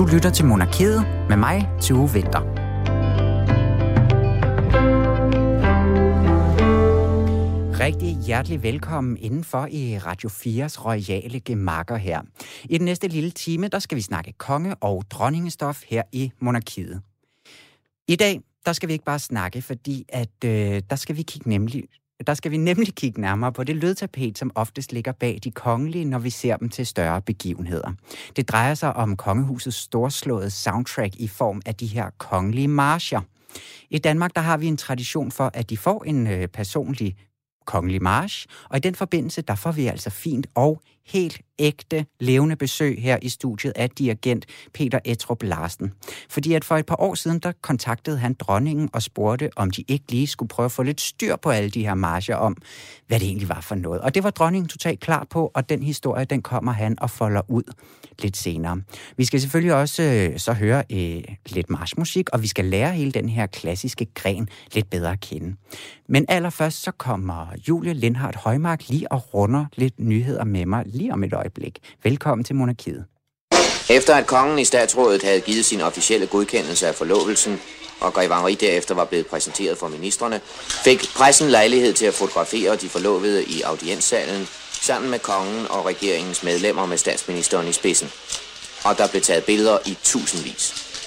Du lytter til Monarkiet med mig, Tue Winther. Rigtig hjertelig velkommen indenfor i Radio 4's royale gemakker her. I den næste lille time, der skal vi snakke konge- og dronningestof her i Monarkiet. I dag, der skal vi ikke bare snakke, fordi at der skal vi nemlig kigge nærmere på det lydtapet, som oftest ligger bag de kongelige, når vi ser dem til større begivenheder. Det drejer sig om kongehusets storslåede soundtrack i form af de her kongelige marcher. I Danmark, der har vi en tradition for, at de får en personlig kongelig march, og i den forbindelse, der får vi altså fint og helt ægte levende besøg her i studiet af dirigent Peter Ettrup Larsen. Fordi at for et par år siden, der kontaktede han dronningen og spurgte, om de ikke lige skulle prøve at få lidt styr på alle de her marcher om, hvad det egentlig var for noget. Og det var dronningen totalt klar på, og den historie, den kommer han og folder ud lidt senere. Vi skal selvfølgelig også så høre lidt marchmusik, og vi skal lære hele den her klassiske gren lidt bedre at kende. Men allerførst så kommer Julie Lindhardt Højmark lige og runder lidt nyheder med mig lige om et øjeblik. Velkommen til Monarkiet. Efter at kongen i statsrådet havde givet sin officielle godkendelse af forlovelsen, og Grev Henri derefter var blevet præsenteret for ministrene, fik pressen lejlighed til at fotografere de forlovede i audienssalen, sammen med kongen og regeringens medlemmer med statsministeren i spidsen. Og der blev taget billeder i tusindvis.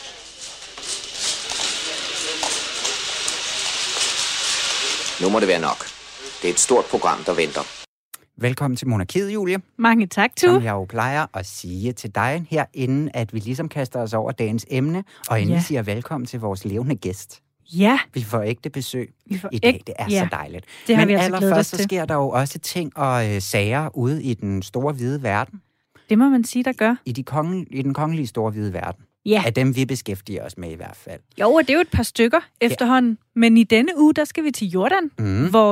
Nu må det være nok. Det er et stort program, der venter. Velkommen til Monarkiet, Julie. Mange tak, Tue. Som jeg jo plejer at sige til dig her, inden at vi ligesom kaster os over dagens emne, og inden siger velkommen til vores levende gæst. Ja. Vi får ægte besøg i dag. Det er så dejligt. Det har Men vi altså allerførst, så sker der jo også ting og sager ude i den store hvide verden. Det må man sige, der gør. I den kongelige store hvide verden. Ja. Af dem, vi beskæftiger os med i hvert fald. Jo, og det er jo et par stykker efterhånden. Men i denne uge, der skal vi til Jordan, hvor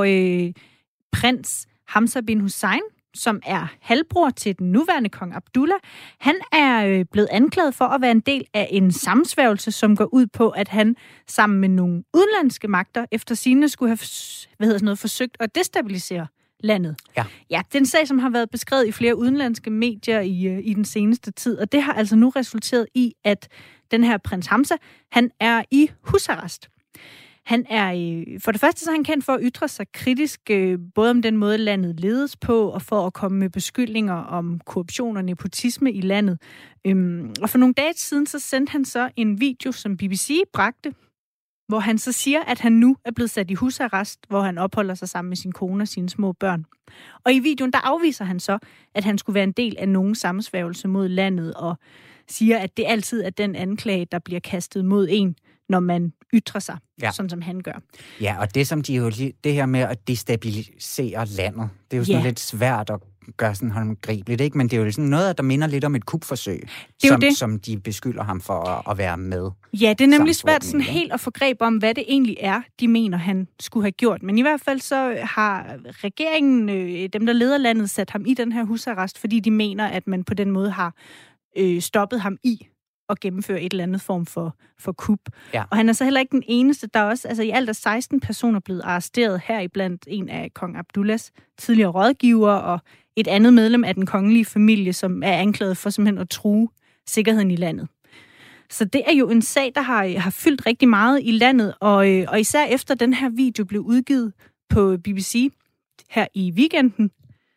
prins Hamza bin Hussein, som er halvbror til den nuværende kong Abdullah, han er blevet anklaget for at være en del af en sammensværgelse, som går ud på, at han sammen med nogle udenlandske magter efter sigende skulle have forsøgt at destabilisere landet. Ja, det er en sag, som har været beskrevet i flere udenlandske medier i den seneste tid, og det har altså nu resulteret i, at den her prins Hamza, han er i husarrest. Han er, for det første så er han kendt for at ytre sig kritisk, både om den måde, landet ledes på, og for at komme med beskyldninger om korruption og nepotisme i landet. Og for nogle dage siden, så sendte han så en video, som BBC bragte, hvor han så siger, at han nu er blevet sat i husarrest, hvor han opholder sig sammen med sin kone og sine små børn. Og i videoen, der afviser han så, at han skulle være en del af nogen sammensværgelse mod landet, og siger, at det altid er den anklage, der bliver kastet mod en, når man ytrer sig, sådan som han gør. Ja, og det som det her med at destabilisere landet, det er jo sådan lidt svært at gøre sådan håndgribeligt, ikke? Men det er jo sådan noget, der minder lidt om et kupforsøg, som de beskylder ham for at være med. Ja, det er nemlig svært sådan helt at få greb om, hvad det egentlig er, de mener, han skulle have gjort. Men i hvert fald så har regeringen, dem der leder landet, sat ham i den her husarrest, fordi de mener, at man på den måde har stoppet ham i at gennemføre et eller andet form for kup. Ja. Og han er så heller ikke den eneste. Der er også, altså i alt er 16 personer blevet arresteret, heriblandt en af kong Abdullahs tidligere rådgiver, og et andet medlem af den kongelige familie, som er anklaget for simpelthen at true sikkerheden i landet. Så det er jo en sag, der har fyldt rigtig meget i landet, og især efter den her video blev udgivet på BBC her i weekenden,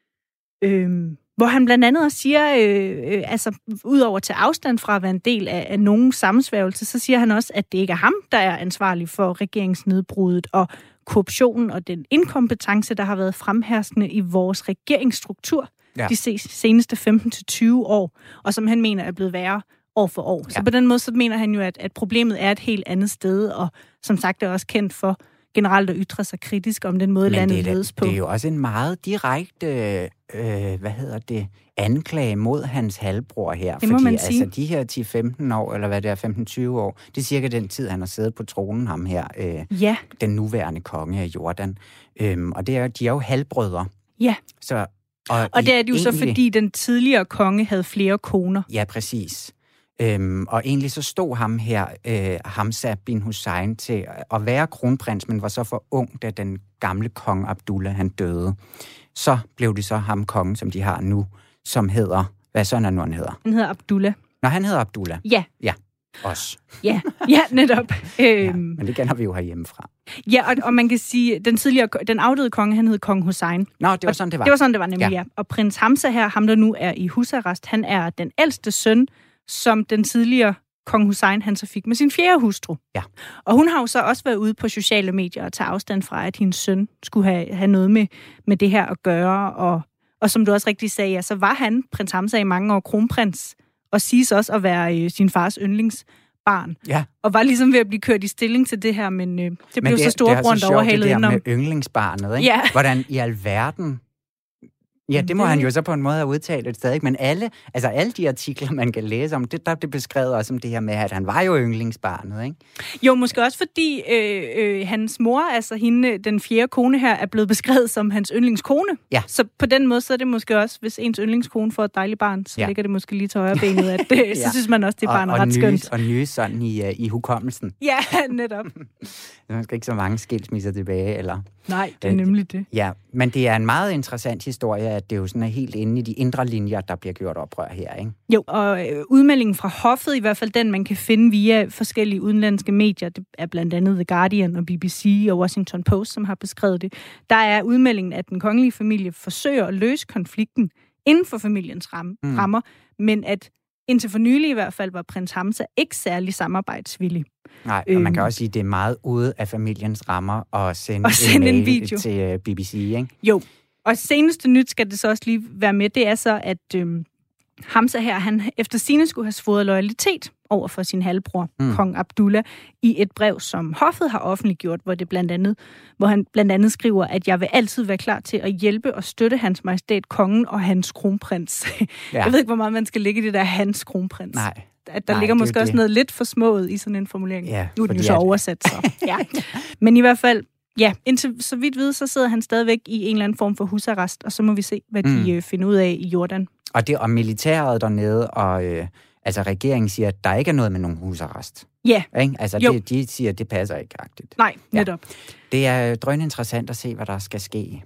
hvor han blandt andet også siger, altså udover til afstand fra at være en del af nogen sammensværgelse, så siger han også, at det ikke er ham, der er ansvarlig for regeringsnedbruddet og korruptionen og den inkompetence, der har været fremherskende i vores regeringsstruktur de seneste 15-20 år, og som han mener er blevet værre år for år. Ja. Så på den måde, så mener han jo, at problemet er et helt andet sted, og som sagt er også kendt for generelt at ytre sig kritisk om den måde, landet ledes på. Det er jo også en meget direkte, anklage mod hans halvbror her. Det fordi altså de her 10-15 år, eller hvad det er, 15-20 år, det er cirka den tid, han har siddet på tronen, ham her, den nuværende konge af Jordan. Og de er jo halvbrødre. Ja. Så, og det er det jo så, fordi den tidligere konge havde flere koner. Ja, præcis. Og egentlig så stod ham her, Hamza bin Hussein, til at være kronprins, men var så for ung, da den gamle kong Abdullah, han døde. Så blev det så ham kongen, som de har nu, som hedder, hvad sådan er nu han hedder? Han hedder Abdullah. Nå, han hedder Abdullah? Ja. Ja, også. Ja, netop. Ja, men det kender vi jo herhjemmefra. Ja, og man kan sige, den afdøde konge, han hed Kong Hussein. Nå, det var sådan, det var. Det var sådan, det var nemlig, ja. Og prins Hamza her, ham der nu er i husarrest, han er den ældste søn, som den tidligere Kong Hussein, han så fik med sin 4. hustru. Ja. Og hun har jo så også været ude på sociale medier og tage afstand fra, at hendes søn skulle have noget med det her at gøre. Og som du også rigtig sagde, ja, så var han, prins Hamza, i mange år kronprins, og siges også at være sin fars yndlingsbarn. Ja. Og var ligesom ved at blive kørt i stilling til det her, men det blev så storebroren, der overhalede indenom. Det er med yndlingsbarnet, ikke? Ja. Hvordan i alverden... Ja, det må han jo så på en måde have udtalt et stadig, men alle de artikler, man kan læse om, der er det beskrevet også om det her med, at han var jo yndlingsbarnet, ikke? Jo, måske også fordi hans mor, altså hende, den 4. kone her, er blevet beskrevet som hans yndlingskone. Ja. Så på den måde, så er det måske også, hvis ens yndlingskone får et dejligt barn, så ligger det måske lige til højre benet, at så synes man også, det barn er ret skønt. Og nye sådan i hukommelsen. Ja, netop. Der skal ikke så mange skilsmisser tilbage, eller... Nej, det er nemlig det. Ja, men det er en meget interessant historie, at det jo sådan er helt inde i de indre linjer, der bliver gjort oprør her, ikke? Jo, og udmeldingen fra hoffet, i hvert fald den, man kan finde via forskellige udenlandske medier, det er blandt andet The Guardian og BBC og Washington Post, som har beskrevet det. Der er udmeldingen, at den kongelige familie forsøger at løse konflikten inden for familiens rammer, men at indtil for nylig i hvert fald var prins Hamza ikke særlig samarbejdsvillig. Nej, og man kan også sige, at det er meget ude af familiens rammer at sende en video til BBC, ikke? Jo, og seneste nyt skal det så også lige være med, det er så, at Hamza her, han efter sigende skulle have svoret loyalitet over for sin halvbror, kong Abdullah, i et brev, som hoffet har offentliggjort, hvor han blandt andet skriver, at jeg vil altid være klar til at hjælpe og støtte hans majestæt, kongen og hans kronprins. Ja. Jeg ved ikke, hvor meget man skal lægge i det der hans kronprins. Nej. At der ligger måske også noget lidt for smået i sådan en formulering. Ja, nu er den jo så oversat, så. Ja. Men i hvert fald, ja, indtil så vidt ved, så sidder han stadigvæk i en eller anden form for husarrest, og så må vi se, hvad de finder ud af i Jordan. Og militæret dernede, og regeringen siger, at der ikke er noget med nogen husarrest. Ja. Ikke? Altså, de siger, at det passer ikke agtigt. Nej, netop. Ja. Det er drøninteressant at se, hvad der skal ske.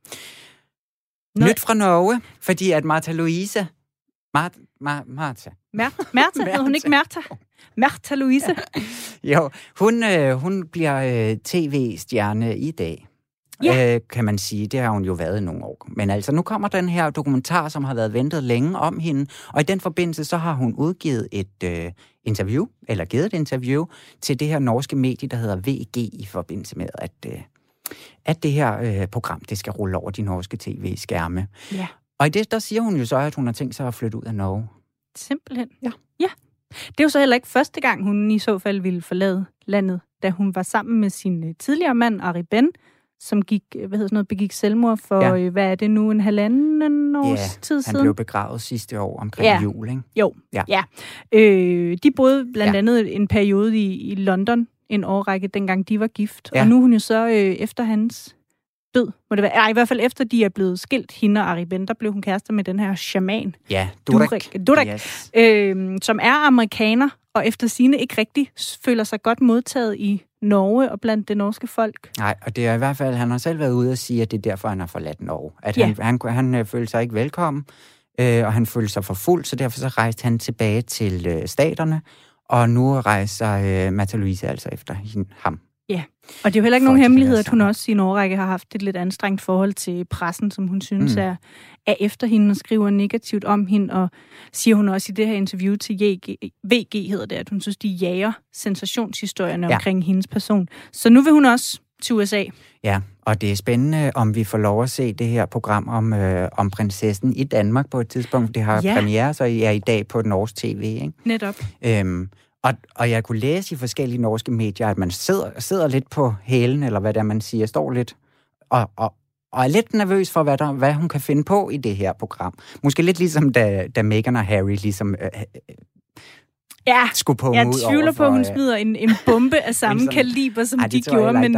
Nyt fra Norge, fordi at Martha Louise... Martha. Hedder hun ikke Märtha? Märtha Louise. Jo, hun bliver tv-stjerne i dag. Kan man sige. Det har hun jo været i nogle år. Men altså, nu kommer den her dokumentar, som har været ventet længe om hende, og i den forbindelse, så har hun udgivet et interview, eller givet et interview, til det her norske medie, der hedder VG, i forbindelse med, at det her program, det skal rulle over de norske tv-skærme. Ja. Og i det, der siger hun jo så, at hun har tænkt sig at flytte ud af Norge. Simpelthen. Ja. Det er jo så heller ikke første gang, hun i så fald ville forlade landet, da hun var sammen med sin tidligere mand, Ari Ben, som begik selvmord for, hvad er det nu, en 1,5 års tid siden? Han blev begravet sidste år omkring jul, ikke? Jo, ja. De boede blandt andet en periode i London, en årrække, dengang de var gift. Ja. Og nu er hun jo så efter hans død, må det være. Ja, i hvert fald efter de er blevet skilt, hende og Ari Ben, der blev hun kærester med den her shaman. Ja, Durek. Yes. Som er amerikaner, og efter sigende ikke rigtig føler sig godt modtaget i Norge og blandt det norske folk. Nej, og det er i hvert fald, han har selv været ude og sige, at det er derfor, han har forladt Norge. At han følte sig ikke velkommen, og han følte sig forfulgt, så derfor så rejste han tilbage til staterne, og nu rejser Martha Louise altså efter ham. Ja, og det er jo heller ikke nogen hemmelighed, at hun også i en årrække har haft et lidt anstrengt forhold til pressen, som hun synes er efter hende og skriver negativt om hende, og siger hun også i det her interview til VG, hedder det, at hun synes, de jager sensationshistorierne omkring hendes person. Så nu vil hun også til USA. Ja, og det er spændende, om vi får lov at se det her program om prinsessen i Danmark på et tidspunkt. Det har premiere, så er i dag på norsk tv, ikke? Netop. Og jeg kunne læse i forskellige norske medier, at man sidder lidt på hælen, eller hvad det er, man siger, står lidt og er lidt nervøs for, hvad hun kan finde på i det her program. Måske lidt ligesom, da Meghan og Harry ligesom skulle på jeg tvivler på, at hun smider en bombe af samme kaliber, som de gjorde, men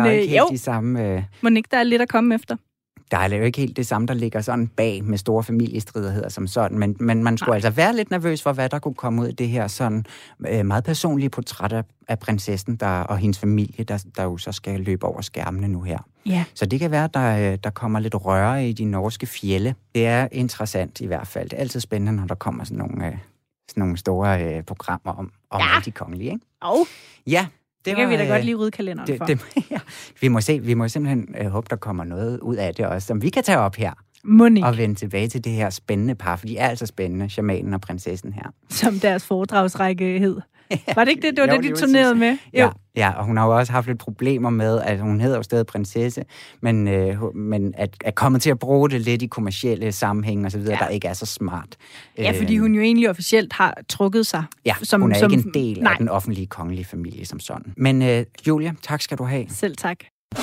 må ikke der er lidt at komme efter. Der er jo ikke helt det samme, der ligger sådan bag med store familiestridigheder som sådan, men man skulle altså være lidt nervøs for, hvad der kunne komme ud af det her sådan meget personlige portræt af prinsessen og hendes familie, der jo så skal løbe over skærmene nu her. Ja. Så det kan være, der kommer lidt røre i de norske fjelde. Det er interessant i hvert fald. Det er altid spændende, når der kommer sådan nogle sådan nogle store programmer om alle de kongelige, ikke? Ja. Det kan vi da godt lige rydde kalenderen for. Ja. Vi må simpelthen håbe, der kommer noget ud af det også, som vi kan tage op her. Monique. Og vende tilbage til det her spændende par, for de er altså spændende, shamanen og prinsessen her. Som deres foredragsrække hed. Var det ikke det? Det var det, de turnerede med? Jo. Ja, og hun har jo også haft lidt problemer med, at hun hedder jo stadig prinsesse, men at komme til at bruge det lidt i kommercielle sammenhæng og så videre, der ikke er så smart. Ja, fordi hun jo egentlig officielt har trukket sig. Ja, hun er ikke en del af den offentlige kongelige familie som sådan. Men Julia, tak skal du have. Selv tak.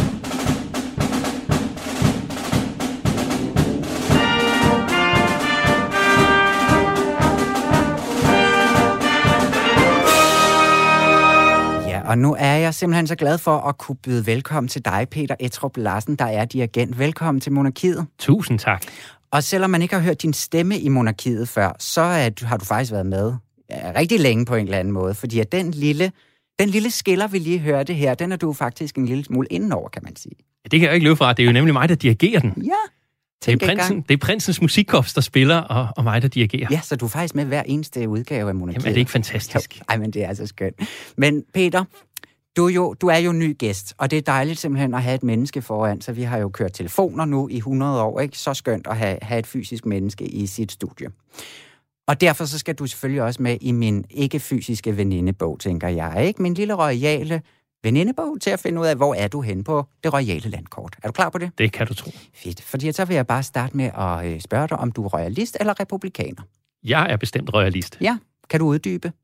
Og nu er jeg simpelthen så glad for at kunne byde velkommen til dig, Peter Ettrup Larsen, der er dirigent. Velkommen til Monarkiet. Tusind tak. Og selvom man ikke har hørt din stemme i Monarkiet før, så har du faktisk været med rigtig længe på en eller anden måde. Fordi at den lille skiller, vi lige hørte her, den er du faktisk en lille smule indenover, kan man sige. Ja, det kan jeg ikke løbe fra. Det er jo nemlig mig, der dirigerer den. Ja. Det er prinsens musikkorps, der spiller, og mig, der dirigerer. Ja, så du er faktisk med hver eneste udgave af Monarkiet. Jamen, er det ikke fantastisk? Ej, men det er så skønt. Men Peter, du er jo ny gæst, og det er dejligt simpelthen at have et menneske foran, så vi har jo kørt telefoner nu i 100 år, ikke? Så skønt at have et fysisk menneske i sit studie. Og derfor så skal du selvfølgelig også med i min ikke-fysiske venindebog, tænker jeg, ikke? Min lille royale venindebog til at finde ud af, hvor er du henne på det royale landkort. Er du klar på det? Det kan du tro. Fedt, fordi så vil jeg bare starte med at spørge dig, om du er royalist eller republikaner. Jeg er bestemt royalist. Ja, kan du uddybe?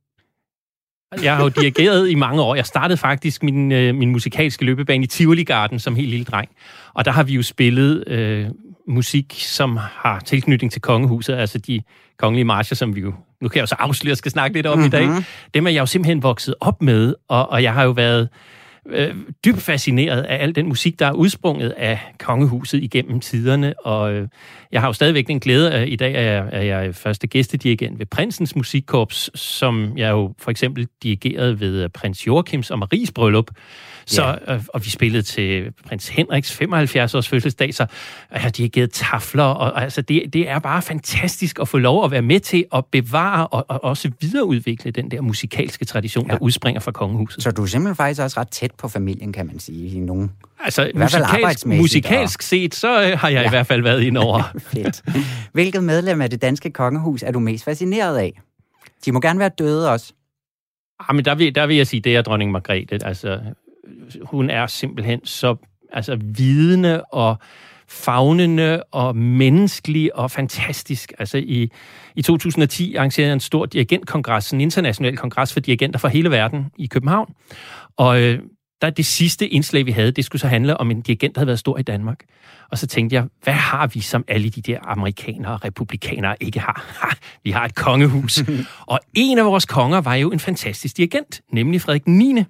Jeg har jo dirigeret i mange år. Jeg startede faktisk min musikalske løbebane i Tivoli Garden som helt lille dreng. Og der har vi jo spillet musik, som har tilknytning til kongehuset, altså de kongelige marcher, som vi jo, nu kan jeg jo så afsløre, skal snakke lidt om i dag. Dem er jeg jo simpelthen vokset op med, og jeg har jo været dybt fascineret af al den musik, der er udsprunget af kongehuset igennem tiderne, og jeg har jo stadigvæk den glæde, at i dag er jeg første gæstedirigent ved Prinsens Musikkorps, som jeg jo for eksempel dirigerede ved prins Joachims og Maries bryllup. Så, og vi spillede til prins Henriks 75-års fødselsdag, så jeg har dirigeret tafler, og altså det er bare fantastisk at få lov at være med til at bevare og også videreudvikle den der musikalske tradition, der udspringer fra kongehuset. Så du er simpelthen faktisk også ret tæt på familien, kan man sige, i nogen. Altså musikalsk set, så har jeg i hvert fald været inde over. Fedt. Hvilket medlem af det danske kongehus er du mest fascineret af? De må gerne være døde også. Men der vil jeg sige, det er dronning Margrethe. Altså, hun er simpelthen så vidende og favnende og menneskelig og fantastisk. Altså i 2010 arrangerede jeg en stor dirigentkongres, en international kongres for dirigenter fra hele verden i København. Og der det sidste indslag, vi havde, det skulle så handle om en dirigent, der havde været stor i Danmark. Og så tænkte jeg, hvad har vi, som alle de der amerikanere og republikanere ikke har? Vi har et kongehus. Og en af vores konger var jo en fantastisk dirigent, nemlig Frederik 9.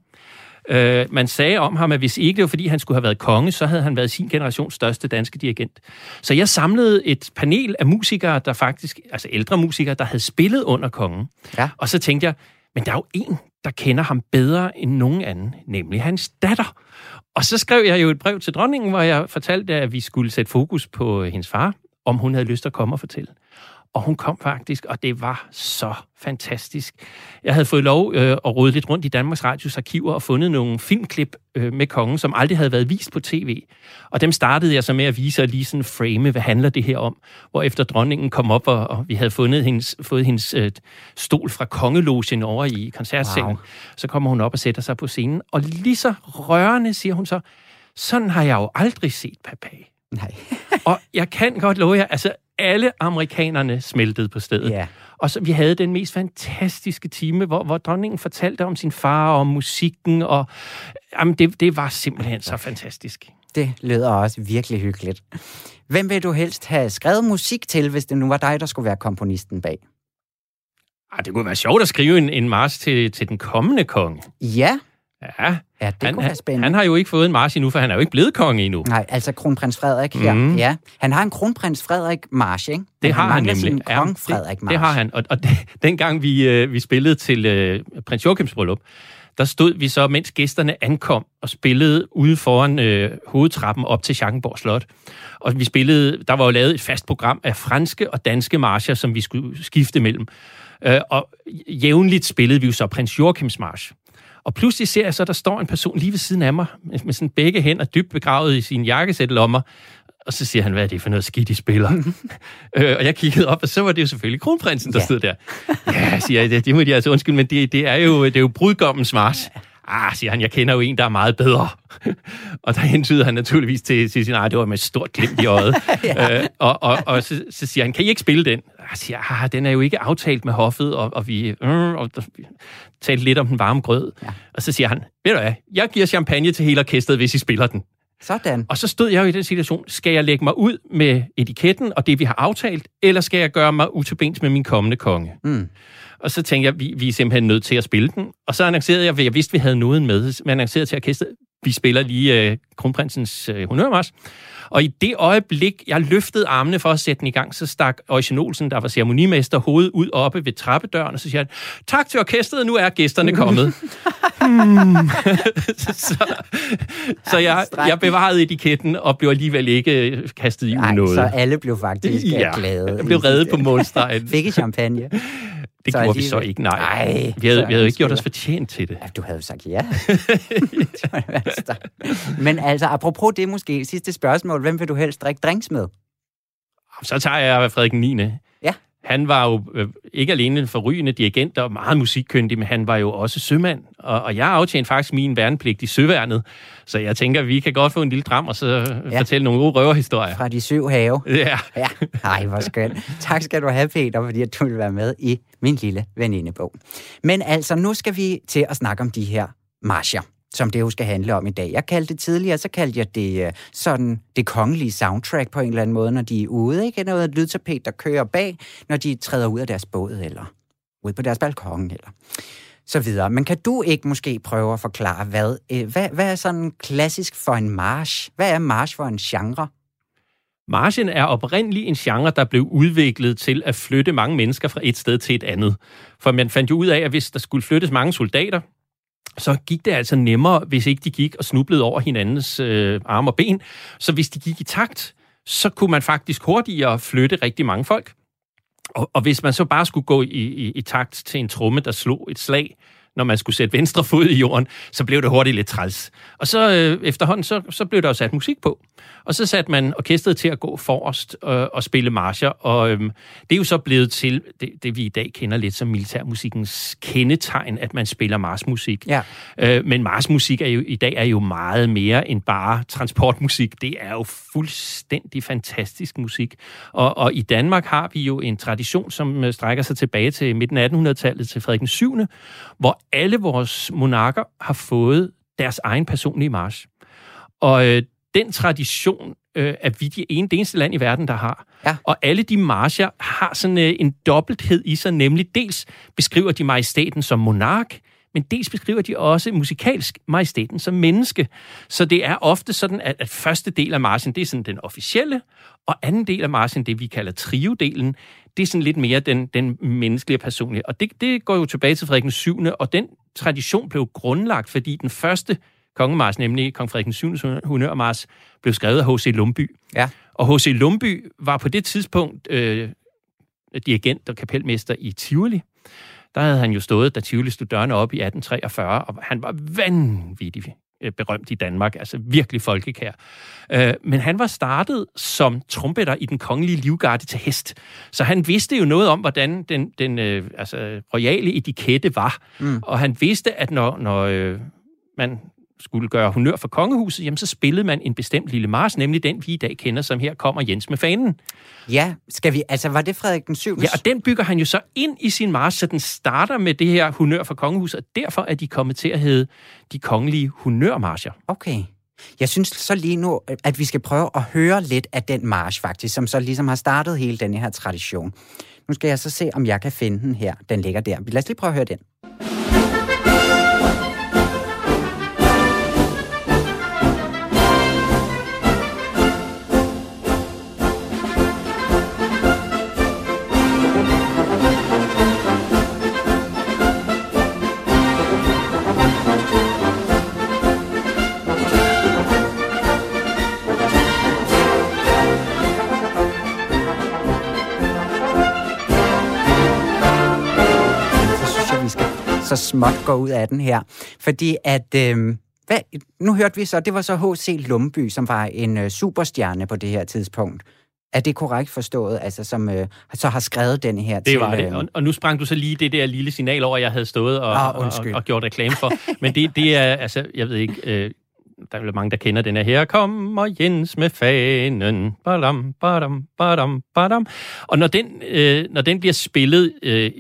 Man sagde om ham, at hvis ikke det var, fordi han skulle have været konge, så havde han været sin generations største danske dirigent. Så jeg samlede et panel af musikere, der faktisk, altså ældre musikere, der havde spillet under kongen. Ja. Og så tænkte jeg, men der er jo en, der kender ham bedre end nogen anden, nemlig hans datter. Og så skrev jeg jo et brev til dronningen, hvor jeg fortalte, at vi skulle sætte fokus på hendes far, om hun havde lyst til at komme og fortælle. Og hun kom faktisk, og det var så fantastisk. Jeg havde fået lov at rode lidt rundt i Danmarks Radios arkiver og fundet nogle filmklip med kongen, som aldrig havde været vist på tv. Og dem startede jeg så med at vise og lige sådan frame, hvad handler det her om? Hvor efter dronningen kom op, og vi havde fået hendes stol fra kongelogen over i koncertsalen. Wow. Så kommer hun op og sætter sig på scenen, og lige så rørende siger hun så, sådan har jeg jo aldrig set papa. Nej. Og jeg kan godt love jer, altså alle amerikanerne smeltede på stedet. Yeah. Og så vi havde den mest fantastiske time, hvor dronningen fortalte om sin far og om musikken, og jamen, det var simpelthen så fantastisk. Det lyder også virkelig hyggeligt. Hvem vil du helst have skrevet musik til, hvis det nu var dig, der skulle være komponisten bag? Det kunne være sjovt at skrive en march til den kommende konge. Ja. Ja, det kunne være spændende. Han har jo ikke fået en march endnu, for han er jo ikke blevet konge endnu. Nej, altså kronprins Frederik her. Ja. Han har en kronprins Frederik march, ikke? Det har han nemlig. Kong Frederik march. Det har han, og dengang vi spillede til prins Joachims bryllup, der stod vi så, mens gæsterne ankom og spillede ude foran hovedtrappen op til Schackenborg Slot. Og vi spillede, der var jo lavet et fast program af franske og danske marcher, som vi skulle skifte mellem. Og jævnligt spillede vi jo så Prins Joachims march. Og pludselig ser jeg så, der står en person lige ved siden af mig, med sådan begge hænder dybt begravet i sine jakkesættelommer. Og så siger han, hvad er det for noget skidt, I spiller? Og jeg kiggede op, og så var det jo selvfølgelig kronprinsen, der stod der. Ja, siger jeg, det må de altså undskylde, men det er jo brudgommens march. Siger han, jeg kender jo en, der er meget bedre. Og der hentyder han naturligvis til sin det var med stort glimt i øjet. Og så siger han, kan I ikke spille den? Jeg siger, den er jo ikke aftalt med hoffet, og vi talte lidt om den varme grød. Ja. Og så siger han, ved du hvad, jeg giver champagne til hele orkestret, hvis I spiller den. Sådan. Og så stod jeg jo i den situation, skal jeg lægge mig ud med etiketten og det, vi har aftalt, eller skal jeg gøre mig utilbens med min kommende konge? Mm. Og så tænkte jeg, vi er simpelthen nødt til at spille den. Og så annoncerede jeg vidste, vi havde noget med, men annoncerede til orkestret, vi spiller lige kronprinsens honørmarch. Og i det øjeblik, jeg løftede armene for at sætte den i gang, så stak Eugen Olsen, der var ceremonimester, hovedet ud oppe ved trappedøren, og så siger han, tak til orkestret, nu er gæsterne kommet. Så jeg bevarede etiketten og blev alligevel ikke kastet i noget. Så alle blev faktisk glade. Jeg blev reddet på målstregen. Fik I champagne? Det gjorde vi så ikke, nej. Vi havde jo ikke gjort os fortjent til det. Ja, du havde jo sagt ja. Men altså, apropos det måske, sidste spørgsmål. Hvem vil du helst drikke drinks med? Så tager jeg Frederik 9. Ja. Han var jo ikke alene en forrygende dirigent og meget musikkyndig, men han var jo også sømand. Og jeg aftjente faktisk min værnepligt i søværnet. Så jeg tænker, vi kan godt få en lille dram og så fortælle nogle gode røverhistorier. Fra de 7 have. Ja. Ej, hvor skønt. Tak skal du have, Peter, fordi du vil være med i min lille venindebog. Men altså, nu skal vi til at snakke om de her marcher, som det jo skal handle om i dag. Jeg kaldte det tidligere, så kaldte jeg det sådan det kongelige soundtrack på en eller anden måde, når de er ude. Ikke noget lydtapet, der kører bag, når de træder ud af deres båd, eller ud på deres balkon, eller så videre. Men kan du ikke måske prøve at forklare, hvad er sådan klassisk for en march? Hvad er march for en genre? Marchen er oprindeligt en genre, der blev udviklet til at flytte mange mennesker fra et sted til et andet. For man fandt jo ud af, at hvis der skulle flyttes mange soldater, så gik det altså nemmere, hvis ikke de gik og snublede over hinandens arme og ben. Så hvis de gik i takt, så kunne man faktisk hurtigere flytte rigtig mange folk. Og hvis man så bare skulle gå i takt til en tromme, der slog et slag, når man skulle sætte venstre fod i jorden, så blev det hurtigt lidt træls. Og så efterhånden, så blev der jo sat musik på. Og så satte man orkestret til at gå forrest og spille marcher. Og det er jo så blevet til det, vi i dag kender lidt som militærmusikkens kendetegn, at man spiller marchmusik. Ja. Men marchmusik i dag er jo meget mere end bare transportmusik. Det er jo fuldstændig fantastisk musik. Og i Danmark har vi jo en tradition, som strækker sig tilbage til midten af 1800-tallet, til Frederik 7., hvor alle vores monarker har fået deres egen personlige march. Og den tradition er vi det eneste land i verden, der har. Ja. Og alle de marcher har sådan en dobbelthed i sig, nemlig dels beskriver de majestæten som monark, men dels beskriver de også musikalsk majestæten som menneske. Så det er ofte sådan, at første del af marchen, det er sådan den officielle, og anden del af marchen, det vi kalder trio-delen, det er sådan lidt mere den menneskelige personlige. Og det går jo tilbage til Frederik 7., og den tradition blev grundlagt, fordi den første kongemarch, nemlig kong Frederik 7. honørmarch, blev skrevet af H.C. Lumbye. Ja. Og H.C. Lumbye var på det tidspunkt dirigent og kapelmester i Tivoli. Der havde han jo stået, da Tivoli stod dørene op i 1843, og han var vanvittigt berømt i Danmark, altså virkelig folkekær. Men han var startet som trompeter i den kongelige livgarde til hest, så han vidste jo noget om, hvordan den royale etikette var, og han vidste, at når man skulle gøre honør for kongehuset, jamen så spillede man en bestemt lille march, nemlig den, vi i dag kender som Her kommer Jens med fanen. Ja, var det Frederik den 7. Ja, og den bygger han jo så ind i sin march, så den starter med det her honør for kongehuset, og derfor er de kommet til at hedde de kongelige honørmarcher. Okay. Jeg synes så lige nu, at vi skal prøve at høre lidt af den march faktisk, som så ligesom har startet hele den her tradition. Nu skal jeg så se, om jeg kan finde den her. Den ligger der. Lad os lige prøve at høre den. så småt gå ud af den her. Fordi at... nu hørte vi så, det var så H.C. Lumbye, som var en superstjerne på det her tidspunkt. Er det korrekt forstået, altså som så har skrevet den her til... Det var det, og nu sprang du så lige det der lille signal over, jeg havde stået og gjort reklame for. Men det er, altså, jeg ved ikke... der er mange, der kender den her kommer Jens med fanen. Badam, badam, badam, badam. Og når den bliver spillet,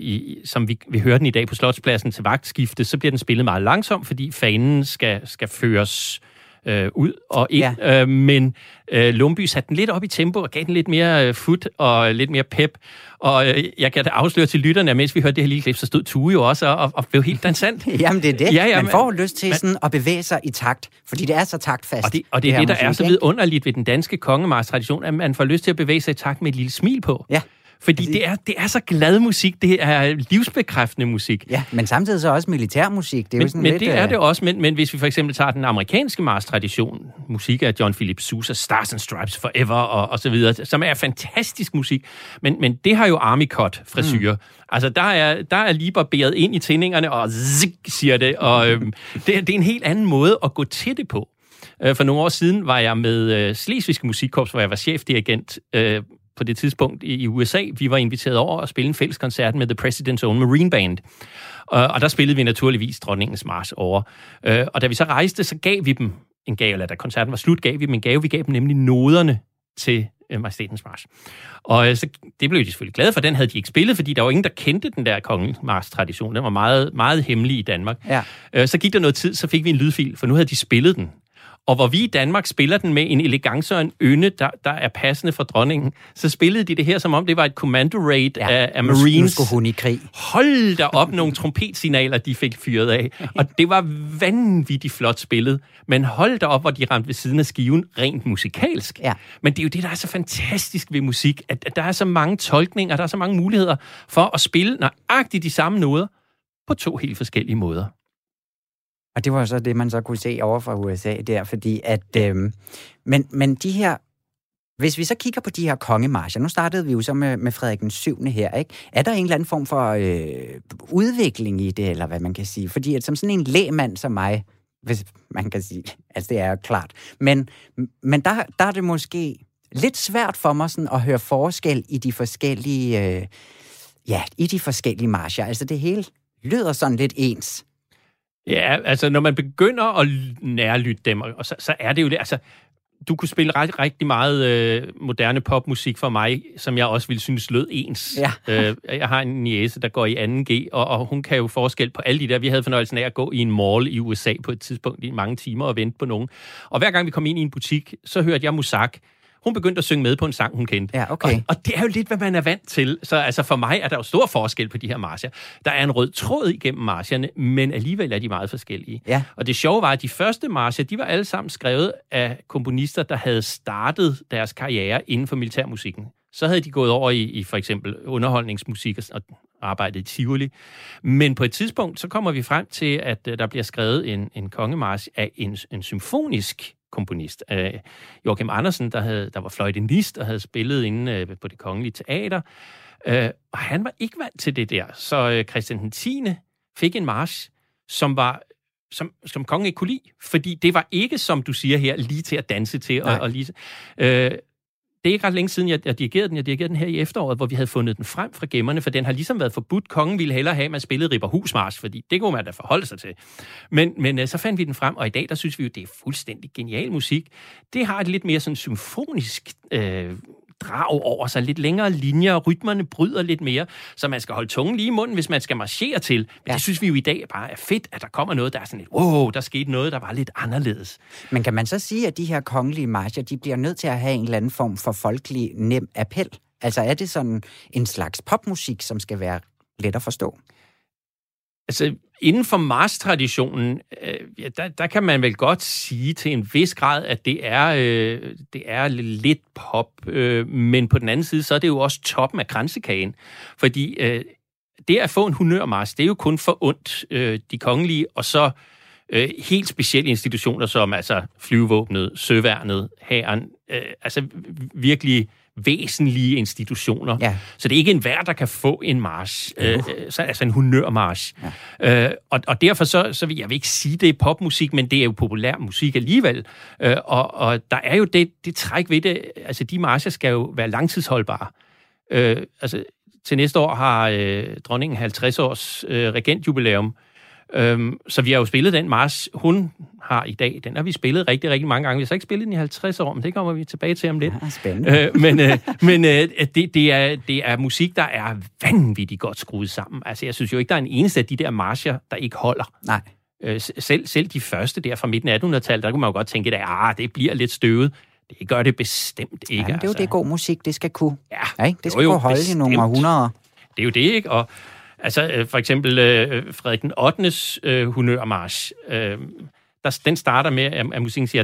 som vi hører den i dag på Slotspladsen til vagtskifte, så bliver den spillet meget langsomt, fordi fanen skal føres ud og ind. Ja. Men Lumbye satte den lidt op i tempo og gav den lidt mere fut og lidt mere pep. Og jeg kan da afsløre til lytterne, at mens vi hørte det her lille klip, så stod Tue jo også og blev helt dansant. Jamen det er det. Ja, man får lyst til sådan at bevæge sig i takt, fordi det er så taktfast. Og det er det, der er så vidunderligt ved den danske kongemarch-tradition, at man får lyst til at bevæge sig i takt med et lille smil på. Ja. Fordi det er så glad musik, det er livsbekræftende musik. Ja, men samtidig så også militærmusik. Det er jo sådan men lidt, det er det også, men hvis vi for eksempel tager den amerikanske march-tradition, musik af John Philip Sousa, Stars and Stripes Forever og så videre, som er fantastisk musik, men det har jo army cut frisyrer. Altså der er lige barberet ind i tændingerne, og zik, siger det, og det er en helt anden måde at gå til det på. For nogle år siden var jeg med Slesvigske Musikkorps, hvor jeg var chefdirigent på det tidspunkt i USA. Vi var inviteret over at spille en fælles koncert med The President's Own Marine Band. Og der spillede vi naturligvis Dronningens March over. Og da vi så rejste, så gav vi dem en gave, eller da koncerten var slut, gav vi dem en gave. Vi gav dem nemlig noderne til Majestätens March. Og så det blev de selvfølgelig glade for. Den havde de ikke spillet, fordi der var ingen, der kendte den der kongemarch-tradition. Den var meget, meget hemmelig i Danmark. Ja. Så gik der noget tid, så fik vi en lydfil, for nu havde de spillet den. Og hvor vi i Danmark spiller den med en elegance og en ynde, der er passende for dronningen, så spillede de det her, som om det var et commando raid af Marines. Nu skulle hun i krig. Hold da op, nogle trompetsignaler, de fik fyret af. Og det var vanvittigt flot spillet. Men hold da op, hvor de ramte ved siden af skiven, rent musikalsk. Ja. Men det er jo det, der er så fantastisk ved musik, at der er så mange tolkninger, der er så mange muligheder for at spille nøjagtigt de samme noder på 2 helt forskellige måder. Og det var så det, man så kunne se over fra USA der, fordi at... Men de her... Hvis vi så kigger på de her kongemarcher, nu startede vi jo så med Frederik den 7. her, ikke? Er der en eller anden form for udvikling i det, eller hvad man kan sige? Fordi at som sådan en lægmand som mig, hvis man kan sige, altså det er jo klart, men der er det måske lidt svært for mig sådan at høre forskel i de forskellige... i de forskellige marcher. Altså det hele lyder sådan lidt ens. Ja, altså når man begynder at nærlytte dem, og så er det jo det, altså du kunne spille rigtig meget moderne popmusik for mig, som jeg også ville synes lød ens. Ja. Jeg har en niece, der går i 2G, og hun kan jo forskel på alle de der. Vi havde fornøjelsen af at gå i en mall i USA på et tidspunkt i mange timer og vente på nogen. Og hver gang vi kom ind i en butik, så hørte jeg Musak. Hun begyndte at synge med på en sang, hun kendte. Ja, okay. Og det er jo lidt, hvad man er vant til. Så altså for mig er der jo stor forskel på de her marcher. Der er en rød tråd igennem marcherne, men alligevel er de meget forskellige. Ja. Og det sjove var, at de første marcher, de var alle sammen skrevet af komponister, der havde startet deres karriere inden for militærmusikken. Så havde de gået over i for eksempel underholdningsmusik og arbejdet i Tivoli. Men på et tidspunkt, så kommer vi frem til, at der bliver skrevet en kongemarch af en symfonisk komponist. Joachim Andersen, der var fløjtenist og havde spillet inde på Det Kongelige Teater. Og han var ikke vant til det der. Så Christian 10. fik en march, som kongen ikke kunne lide. Fordi det var ikke, som du siger her, lige til at danse til. Og lige, det er ikke ret længe siden, jeg dirigerede den. Jeg dirigerede den her i efteråret, hvor vi havde fundet den frem fra gemmerne, for den har ligesom været forbudt. Kongen ville hellere have, at man spillede Ripperhus March, fordi det kunne man da forholde sig til. Men så fandt vi den frem, og i dag, der synes vi jo, det er fuldstændig genial musik. Det har et lidt mere sådan symfonisk drag over sig, lidt længere linjer, rytmerne bryder lidt mere, så man skal holde tungen lige i munden, hvis man skal marchere til. Men det synes vi jo i dag bare er fedt, at der kommer noget, der er sådan lidt, wow, der skete noget, der var lidt anderledes. Men kan man så sige, at de her kongelige marcher, de bliver nødt til at have en eller anden form for folkelig nem appel? Altså er det sådan en slags popmusik, som skal være let at forstå? Altså, inden for march-traditionen, der kan man vel godt sige til en vis grad, at det er lidt pop, men på den anden side, så er det jo også toppen af kransekagen. Fordi det at få en honørmarch, det er jo kun for ondt de kongelige, og så helt specielle institutioner som altså flyvevåbnet, søværnet, hæren, altså virkelig væsentlige institutioner. Ja. Så det er ikke enhver, der kan få en march, altså en honørmarch. Ja. Og derfor så vil jeg ikke sige, det er popmusik, men det er jo populær musik alligevel. Og der er jo det træk ved det, altså de marcher skal jo være langtidsholdbare. Altså til næste år har dronningen 50 års regentjubilæum, så vi har jo spillet den march, hun har i dag. Den har vi spillet rigtig, rigtig mange gange. Vi har så ikke spillet den i 50 år, men det kommer vi tilbage til om lidt. Ja, spændende. Men det er musik, der er vanvittigt godt skruet sammen. Altså, jeg synes jo ikke, der er en eneste af de der marcher, der ikke holder. Nej. Selv de første der fra midten af 1800-tallet, der kunne man jo godt tænke, at det bliver lidt støvet. Det gør det bestemt ikke. Ja, det er jo det god musik, det skal kunne. Ja, ikke? Det skal kunne holde i nogle århundreder. Det er jo det, ikke? Og altså, for eksempel Frederik den 8. honørmarch, den starter med, at musikken siger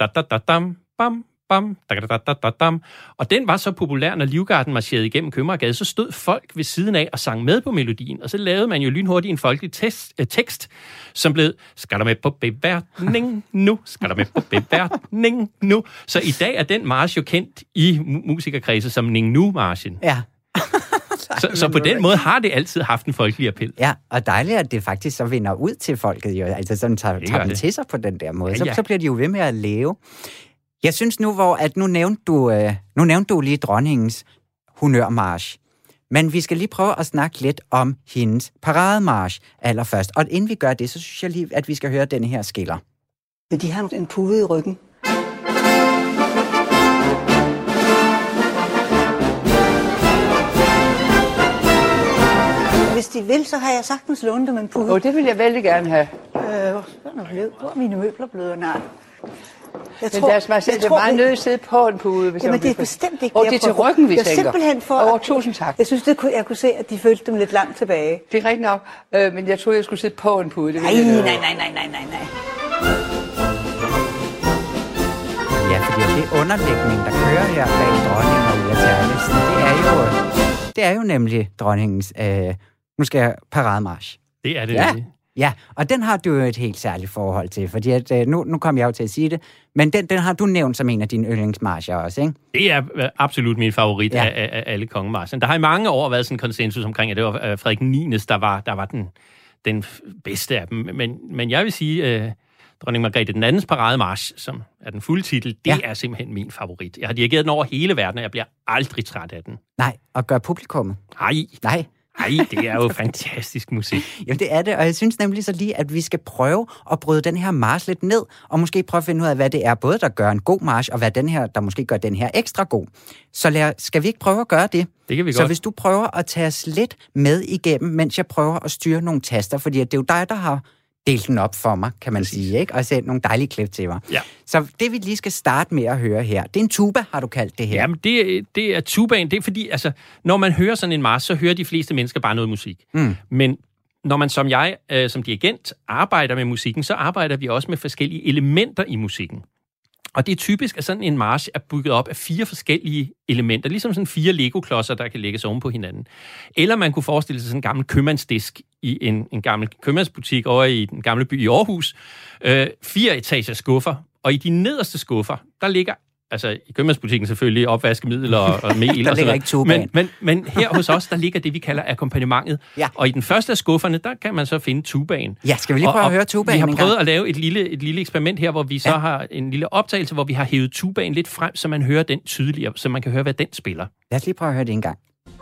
og den var så populær, når Livgarden marcherede igennem Købmagergade, så stod folk ved siden af og sang med på melodien, og så lavede man jo lynhurtigt en folkelig tekst, som blev, skal der med på beværtning nu, skal der med på beværtning nu. Så i dag er den march jo kendt i musikerkredse som Ning Nu-marchen. Ja. Så på den måde har det altid haft en folkelig appel. Ja, og dejligt, at det faktisk så vinder ud til folket. Jo. Altså sådan tager dem til sig på den der måde. Ja. Så bliver de jo ved med at leve. Jeg synes nu nævnte du lige dronningens honørmarch. Men vi skal lige prøve at snakke lidt om hendes parademarch allerførst. Og inden vi gør det, så synes jeg lige, at vi skal høre denne her skiller. De har en pude i ryggen. Hvis de vil, så har jeg sagtens lånt dem en pude. Det vil jeg vældig gerne have. Hvor er mine møbler blevet? Nej. Det er meget nødt at sidde på en pude. Hvis jamen, det er bestemt ikke det er til ryggen, vi tænker. Simpelthen for... Tusind tak. Jeg synes, jeg kunne se, at de følte dem lidt langt tilbage. Det er rigtigt nok, men jeg troede, jeg skulle sidde på en pude. Nej. Ja, fordi det underlægning, der kører her bag dronningen og Ulla Terkelsen, det er jo nemlig dronningens, nu skal jeg parademarch. Det er det. Ja. Ja, og den har du jo et helt særligt forhold til, fordi at, nu kom jeg jo til at sige det, men den har du nævnt som en af dine yndlingsmarcher også, ikke? Det er absolut min favorit af alle kongemarcher. Der har i mange år været sådan en konsensus omkring, at det var Frederik 9. der var den bedste af dem. Men jeg vil sige, dronning Margrethe den andens parademarch, som er den fulde titel, det er simpelthen min favorit. Jeg har dirigeret den over hele verden, og jeg bliver aldrig træt af den. Nej, og gør publikummet? Nej. Nej, det er jo fantastisk musik. Jamen det er det, og jeg synes nemlig så lige, at vi skal prøve at bryde den her march lidt ned, og måske prøve at finde ud af, hvad det er, både der gør en god march, og hvad den her, der måske gør den her ekstra god. Så skal vi ikke prøve at gøre det? Det kan vi godt. Så hvis du prøver at tage os lidt med igennem, mens jeg prøver at styre nogle taster, fordi det er jo dig, der har delt den op for mig, kan man sige, ikke? Og sendt nogle dejlige klip til mig. Ja. Så det, vi lige skal starte med at høre her, det er en tuba, har du kaldt det her. Jamen, det er tubaen. Det er fordi, altså, når man hører sådan en march, så hører de fleste mennesker bare noget musik. Men når man som jeg, som dirigent, arbejder med musikken, så arbejder vi også med forskellige elementer i musikken. Og det er typisk, at sådan en march er bygget op af 4 forskellige elementer, ligesom sådan 4 Lego-klodser, der kan lægges oven på hinanden. Eller man kunne forestille sig sådan en gammel købmandsdisk i en gammel købmandsbutik over i den gamle by i Aarhus. 4 etager skuffer, og i de nederste skuffer, der ligger, altså i købmandsbutikken selvfølgelig, opvaskemiddel og mel. Der ligger ikke tubaen. Men her hos os, der ligger det, vi kalder akkompagnementet. Ja. Og i den første af skufferne, der kan man så finde tubaen. Ja, skal vi lige prøve at høre tubaen? Vi har prøvet at lave et lille eksperiment her, hvor vi så har en lille optagelse, hvor vi har hævet tubaen lidt frem, så man hører den tydeligere, så man kan høre, hvad den spiller. Lad os lige prøve at høre det en gang.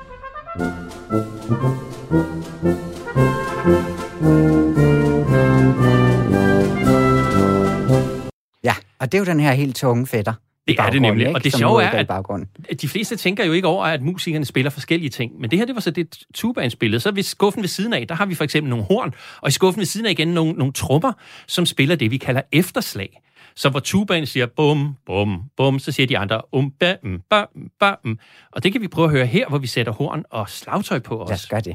Ja, og det er jo den her helt tunge fætter. Det er det nemlig, og det sjove er, at de fleste tænker jo ikke over, at musikerne spiller forskellige ting, men det her, det var så det tubaen spillede. Så ved skuffen ved siden af, der har vi for eksempel nogle horn, og i skuffen ved siden af igen nogle trommer, som spiller det, vi kalder efterslag. Så hvor tubaen siger bum, bum, bum, så siger de andre ba, ba, ba. Og det kan vi prøve at høre her, hvor vi sætter horn og slagtøj på os. Lad os gøre det.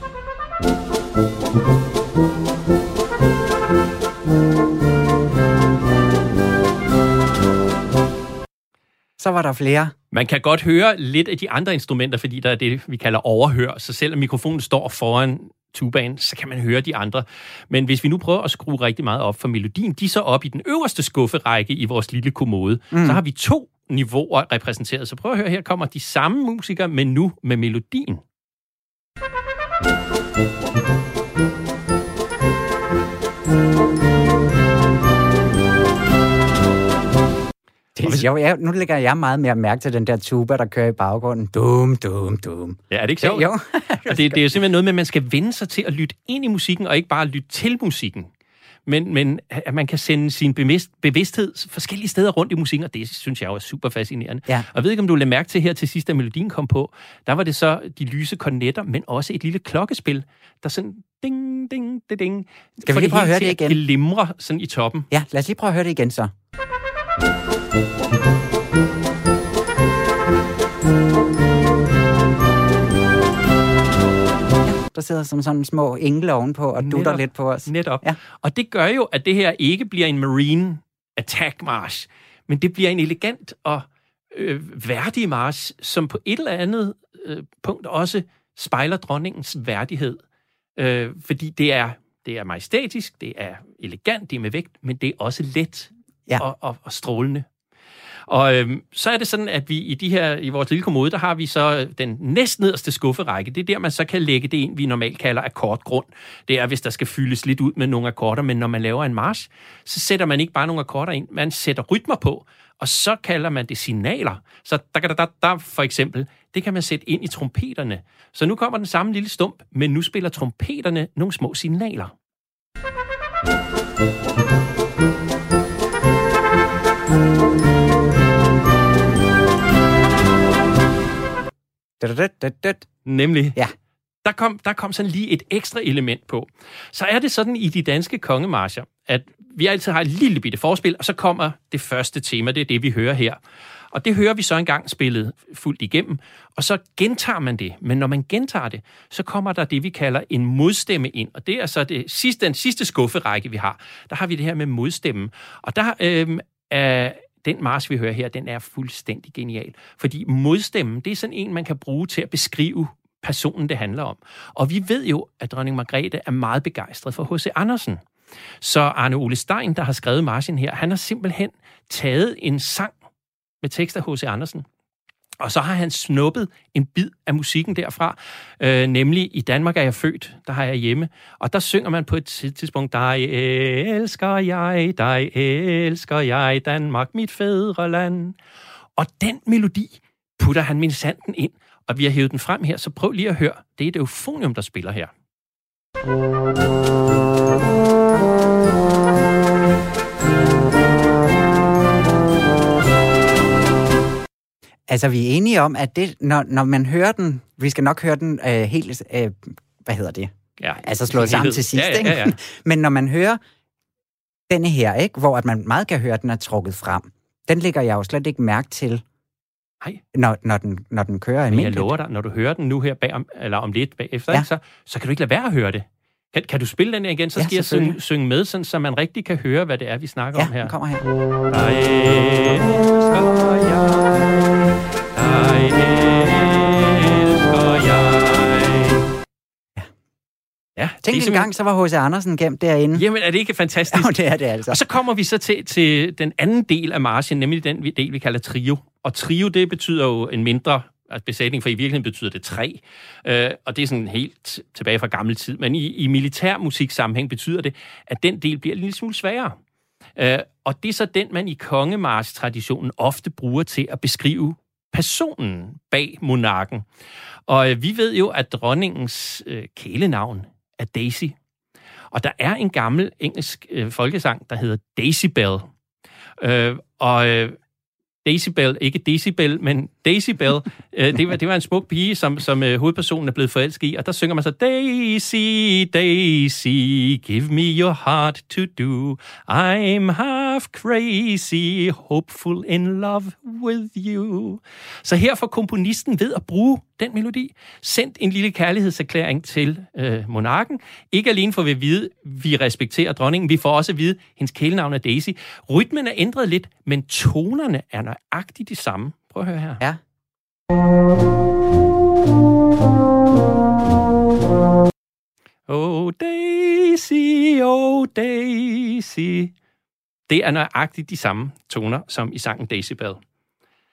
Så var der flere. Man kan godt høre lidt af de andre instrumenter, fordi der er det, vi kalder overhør. Så selvom mikrofonen står foran tubaen, så kan man høre de andre. Men hvis vi nu prøver at skrue rigtig meget op for melodien, de er så op i den øverste skufferække i vores lille kommode. Så har vi 2 niveauer repræsenteret. Så prøv at høre, her kommer de samme musikere, men nu med melodien. Det er sjovt. Nu lægger jeg meget mere mærke til den der tuba, der kører i baggrunden. Dum, dum, dum. Ja, er det ikke sjovt? Jo. Og det er jo simpelthen noget med, at man skal vende sig til at lytte ind i musikken, og ikke bare lytte til musikken. Men at man kan sende sin bevidsthed forskellige steder rundt i musikken, og det synes jeg jo er super fascinerende. Ja. Og jeg ved ikke, om du lagde mærke til her til sidst, da melodien kom på, der var det så de lyse kornetter, men også et lille klokkespil, der sådan ding, ding, ding, ding. Skal vi lige prøve at høre det igen? Det glimrer sådan i toppen. Ja, lad os lige prøve at høre det igen så. Der sidder som sådan små engle ovenpå og dutter lidt på os. Netop. Ja. Og det gør jo, at det her ikke bliver en marine attack march, men det bliver en elegant og værdig march, som på et eller andet punkt også spejler dronningens værdighed. Fordi det er majestætisk, det er elegant, det er med vægt, men det er også let og strålende. Og så er det sådan, at vi i vores lille kommode, der har vi så den næstnederste skufferække. Det er der, man så kan lægge det ind, vi normalt kalder akkordgrund. Det er, hvis der skal fyldes lidt ud med nogle akkorder, men når man laver en march, så sætter man ikke bare nogle akkorder ind, man sætter rytmer på, og så kalder man det signaler. Så der for eksempel, det kan man sætte ind i trompeterne. Så nu kommer den samme lille stump, men nu spiller trompeterne nogle små signaler. Nemlig. Ja. Der kom sådan lige et ekstra element på. Så er det sådan i de danske kongemarcher, at vi altid har et lille bitte forspil, og så kommer det første tema, det er det, vi hører her. Og det hører vi så engang spillet fuldt igennem, og så gentager man det. Men når man gentager det, så kommer der det, vi kalder en modstemme ind. Og det er så den sidste skufferække, vi har. Der har vi det her med modstemmen. Og der er den march, vi hører her, den er fuldstændig genial. Fordi modstemmen, det er sådan en, man kan bruge til at beskrive personen, det handler om. Og vi ved jo, at dronning Margrethe er meget begejstret for H.C. Andersen. Så Arne Ole Stein, der har skrevet marchen her, han har simpelthen taget en sang med tekst af H.C. Andersen, og så har han snuppet en bid af musikken derfra, nemlig I Danmark er jeg født, der har jeg hjemme, og der synger man på et tidspunkt, dig elsker jeg, Danmark, mit fædreland. Og den melodi putter han minsanden ind, og vi har hævet den frem her, så prøv lige at høre, det er det euphonium, der spiller her. Altså, vi er enige om, at det, når man hører den, vi skal nok høre den helt, hvad hedder det? Ja, altså slået sammen til sidst, ikke? Ja. Men når man hører denne her, ikke, hvor at man meget kan høre, at den er trukket frem, den lægger jeg jo slet ikke mærke til, når den kører almindeligt. Men jeg lover dig, når du hører den nu her om lidt bagefter, ja. Så kan du ikke lade være at høre det. Kan du spille den her igen, så skal jeg synge med, sådan, så man rigtig kan høre, hvad det er, vi snakker om her. Ja, den kommer her. Ja, tænk en gang, så var H.C. Andersen gemt derinde. Jamen, er det ikke fantastisk? Jo, det er det altså. Og så kommer vi så til den anden del af marchen, nemlig den del, vi kalder trio. Og trio, det betyder jo en mindre besætning, for i virkeligheden betyder det 3. Og det er sådan helt tilbage fra gammel tid. Men i militærmusiksammenhæng betyder det, at den del bliver en lille smule sværere. Og det er så den, man i kongemarch-traditionen ofte bruger til at beskrive personen bag monarken. Og vi ved jo, at dronningens kælenavn er Daisy. Og der er en gammel engelsk folkesang, der hedder Daisy Bell. Daisy Bell, ikke Decibel, men Daisy Bell, det var en smuk pige, som hovedpersonen er blevet forelsket i, og der synger man så, Daisy, Daisy, give me your heart to do, I'm half crazy, hopeful in love with you. Så her får komponisten ved at bruge den melodi sendt en lille kærlighedserklæring til monarken. Ikke alene for vi at vide, vi respekterer dronningen, vi får også at vide, hendes kælenavn er Daisy. Rytmen er ændret lidt, men tonerne er nøjagtigt de samme. Prøv at høre her. Ja. Oh Daisy, oh Daisy. Det er nøjagtigt de samme toner som i sangen Daisy Bell.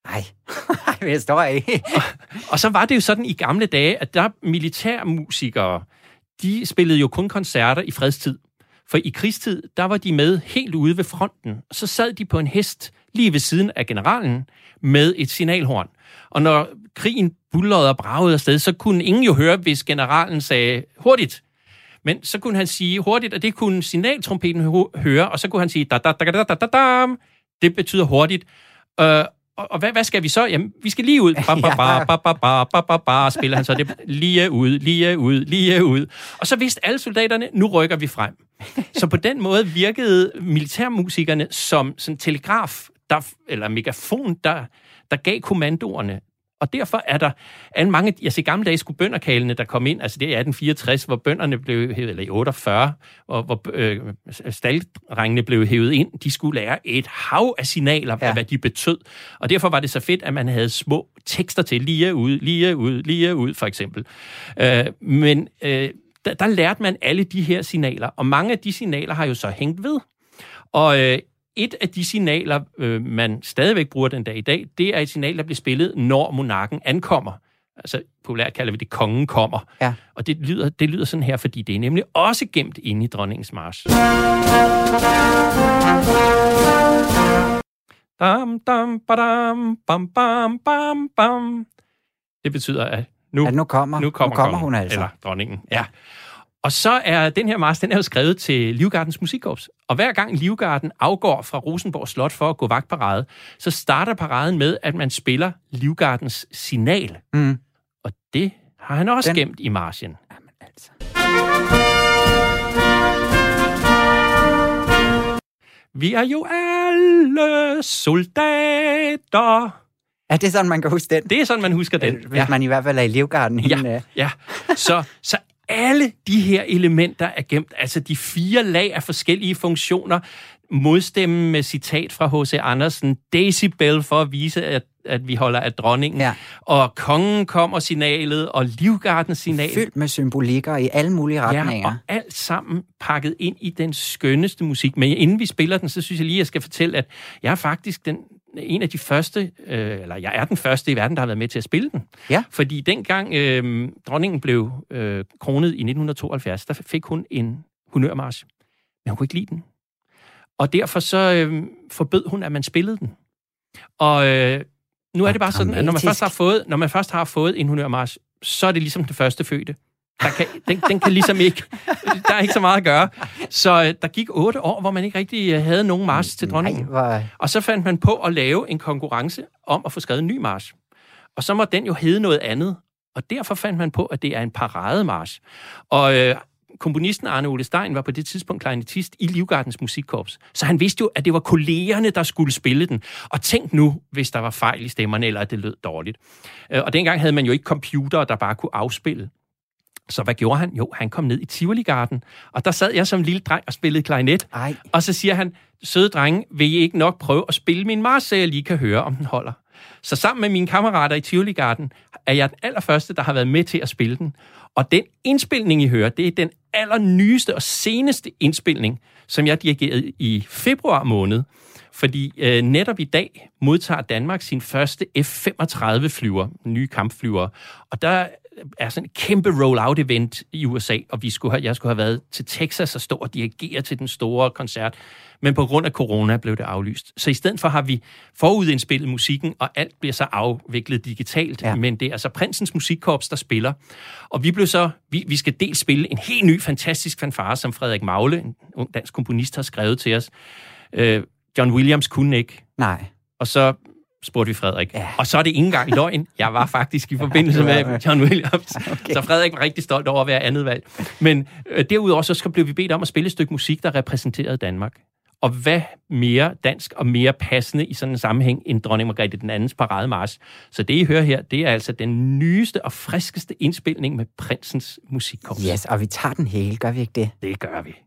Nej, jeg står ikke. Og så var det jo sådan i gamle dage, at der militærmusikere, de spillede jo kun koncerter i fredstid. For i krigstid, der var de med helt ude ved fronten. Så sad de på en hest lige ved siden af generalen med et signalhorn. Og når krigen buldrede og bragede afsted, så kunne ingen jo høre, hvis generalen sagde hurtigt. Men så kunne han sige hurtigt, og det kunne signaltrompeten høre, og så kunne han sige da da da da da da da. Det betyder hurtigt. Og hvad skal vi så? Jamen, vi skal lige ud. Spiller han så det lige ud. Og så vidste alle soldaterne, nu rykker vi frem. Så på den måde virkede militærmusikerne som sådan en telegraf, eller megafon, der gav kommandoerne. Og derfor er der mange, i gamle dage skulle bønderkalene, der kom ind, altså det er 1864, hvor bønderne blev hævet, eller i 48, hvor stalddrengene blev hævet ind, de skulle lære et hav af signaler, hvad de betød. Og derfor var det så fedt, at man havde små tekster til lige ud, for eksempel. Men der lærte man alle de her signaler, og mange af de signaler har jo så hængt ved. Og et af de signaler, man stadigvæk bruger den dag i dag, det er et signal, der bliver spillet, når monarken ankommer. Altså, populært kalder vi det, kongen kommer. Ja. Og det lyder sådan her, fordi det er nemlig også gemt inde i dronningens march. Dam, dam, badam, bam, bam, bam, bam. Det betyder, at nu kommer hun altså. Eller dronningen, ja. Og så er den her march, den er jo skrevet til Livgardens Musikkorps. Og hver gang Livgarden afgår fra Rosenborg Slot for at gå vagtparade, så starter paraden med, at man spiller Livgardens signal. Mm. Og det har han også gemt i marchen. Jamen altså. Vi er jo alle soldater. Er det sådan, man kan huske den? Det er sådan, man husker den. Hvis man i hvert fald er i Livgarden. Ja. Så alle de her elementer er gemt, altså de 4 lag af forskellige funktioner, modstemmen med citat fra H.C. Andersen, decibel for at vise, at vi holder af dronningen, og kongen kommer signalet, og Livgardens signal. Fyldt med symbolikker i alle mulige retninger. Ja, og alt sammen pakket ind i den skønneste musik. Men inden vi spiller den, så synes jeg lige, at jeg skal fortælle, at jeg er faktisk en af de første, eller jeg er den første i verden, der har været med til at spille den. Ja. Fordi dengang dronningen blev kronet i 1972, der fik hun en honørmarch. Men hun kunne ikke lide den. Og derfor så forbød hun, at man spillede den. Og nu er det bare sådan, at når man først har fået en honørmarch, så er det ligesom den første fødte. Den kan ligesom ikke, der er ikke så meget at gøre. Så der gik 8 år, hvor man ikke rigtig havde nogen march til dronningen. Og så fandt man på at lave en konkurrence om at få skrevet en ny march. Og så må den jo hedde noget andet. Og derfor fandt man på, at det er en parademarch. Og komponisten Arne Ole Stein var på det tidspunkt klarinettist i Livgardens Musikkorps. Så han vidste jo, at det var kollegerne, der skulle spille den. Og tænk nu, hvis der var fejl i stemmerne, eller at det lød dårligt. Og dengang havde man jo ikke computere, der bare kunne afspille. Så hvad gjorde han? Jo, han kom ned i Tivoli-garden, og der sad jeg som lille dreng og spillede klarinet. Og så siger han, søde drenge, vil I ikke nok prøve at spille min march, så jeg lige kan høre, om den holder? Så sammen med mine kammerater i Tivoli-garden er jeg den allerførste, der har været med til at spille den. Og den indspilning, I hører, det er den allernyeste og seneste indspilning, som jeg dirigerede i februar måned. Fordi netop i dag modtager Danmark sin første F-35-flyver, nye kampflyver. Og der er sådan et kæmpe roll-out-event i USA, og jeg skulle have været til Texas og stå og dirigere til den store koncert. Men på grund af corona blev det aflyst. Så i stedet for har vi forudindspillet musikken, og alt bliver så afviklet digitalt. Ja. Men det er altså Prinsens Musikkorps, der spiller. Og vi skal dels spille en helt ny, fantastisk fanfare, som Frederik Magle, en ung dansk komponist, har skrevet til os. John Williams kunne ikke. Nej. Og så spurgte vi Frederik. Ja. Og så er det ikke engang løgn. Jeg var faktisk i forbindelse med John Williams. Okay. Så Frederik var rigtig stolt over at være andet valg. Men derudover så blev vi bedt om at spille et stykke musik, der repræsenterede Danmark. Og hvad mere dansk og mere passende i sådan en sammenhæng end Dronning Margrethe den andens parademarch. Så det, I hører her, det er altså den nyeste og friskeste indspilning med Prinsens Musikkorps. Yes, og vi tager den hele, gør vi ikke det? Det gør vi.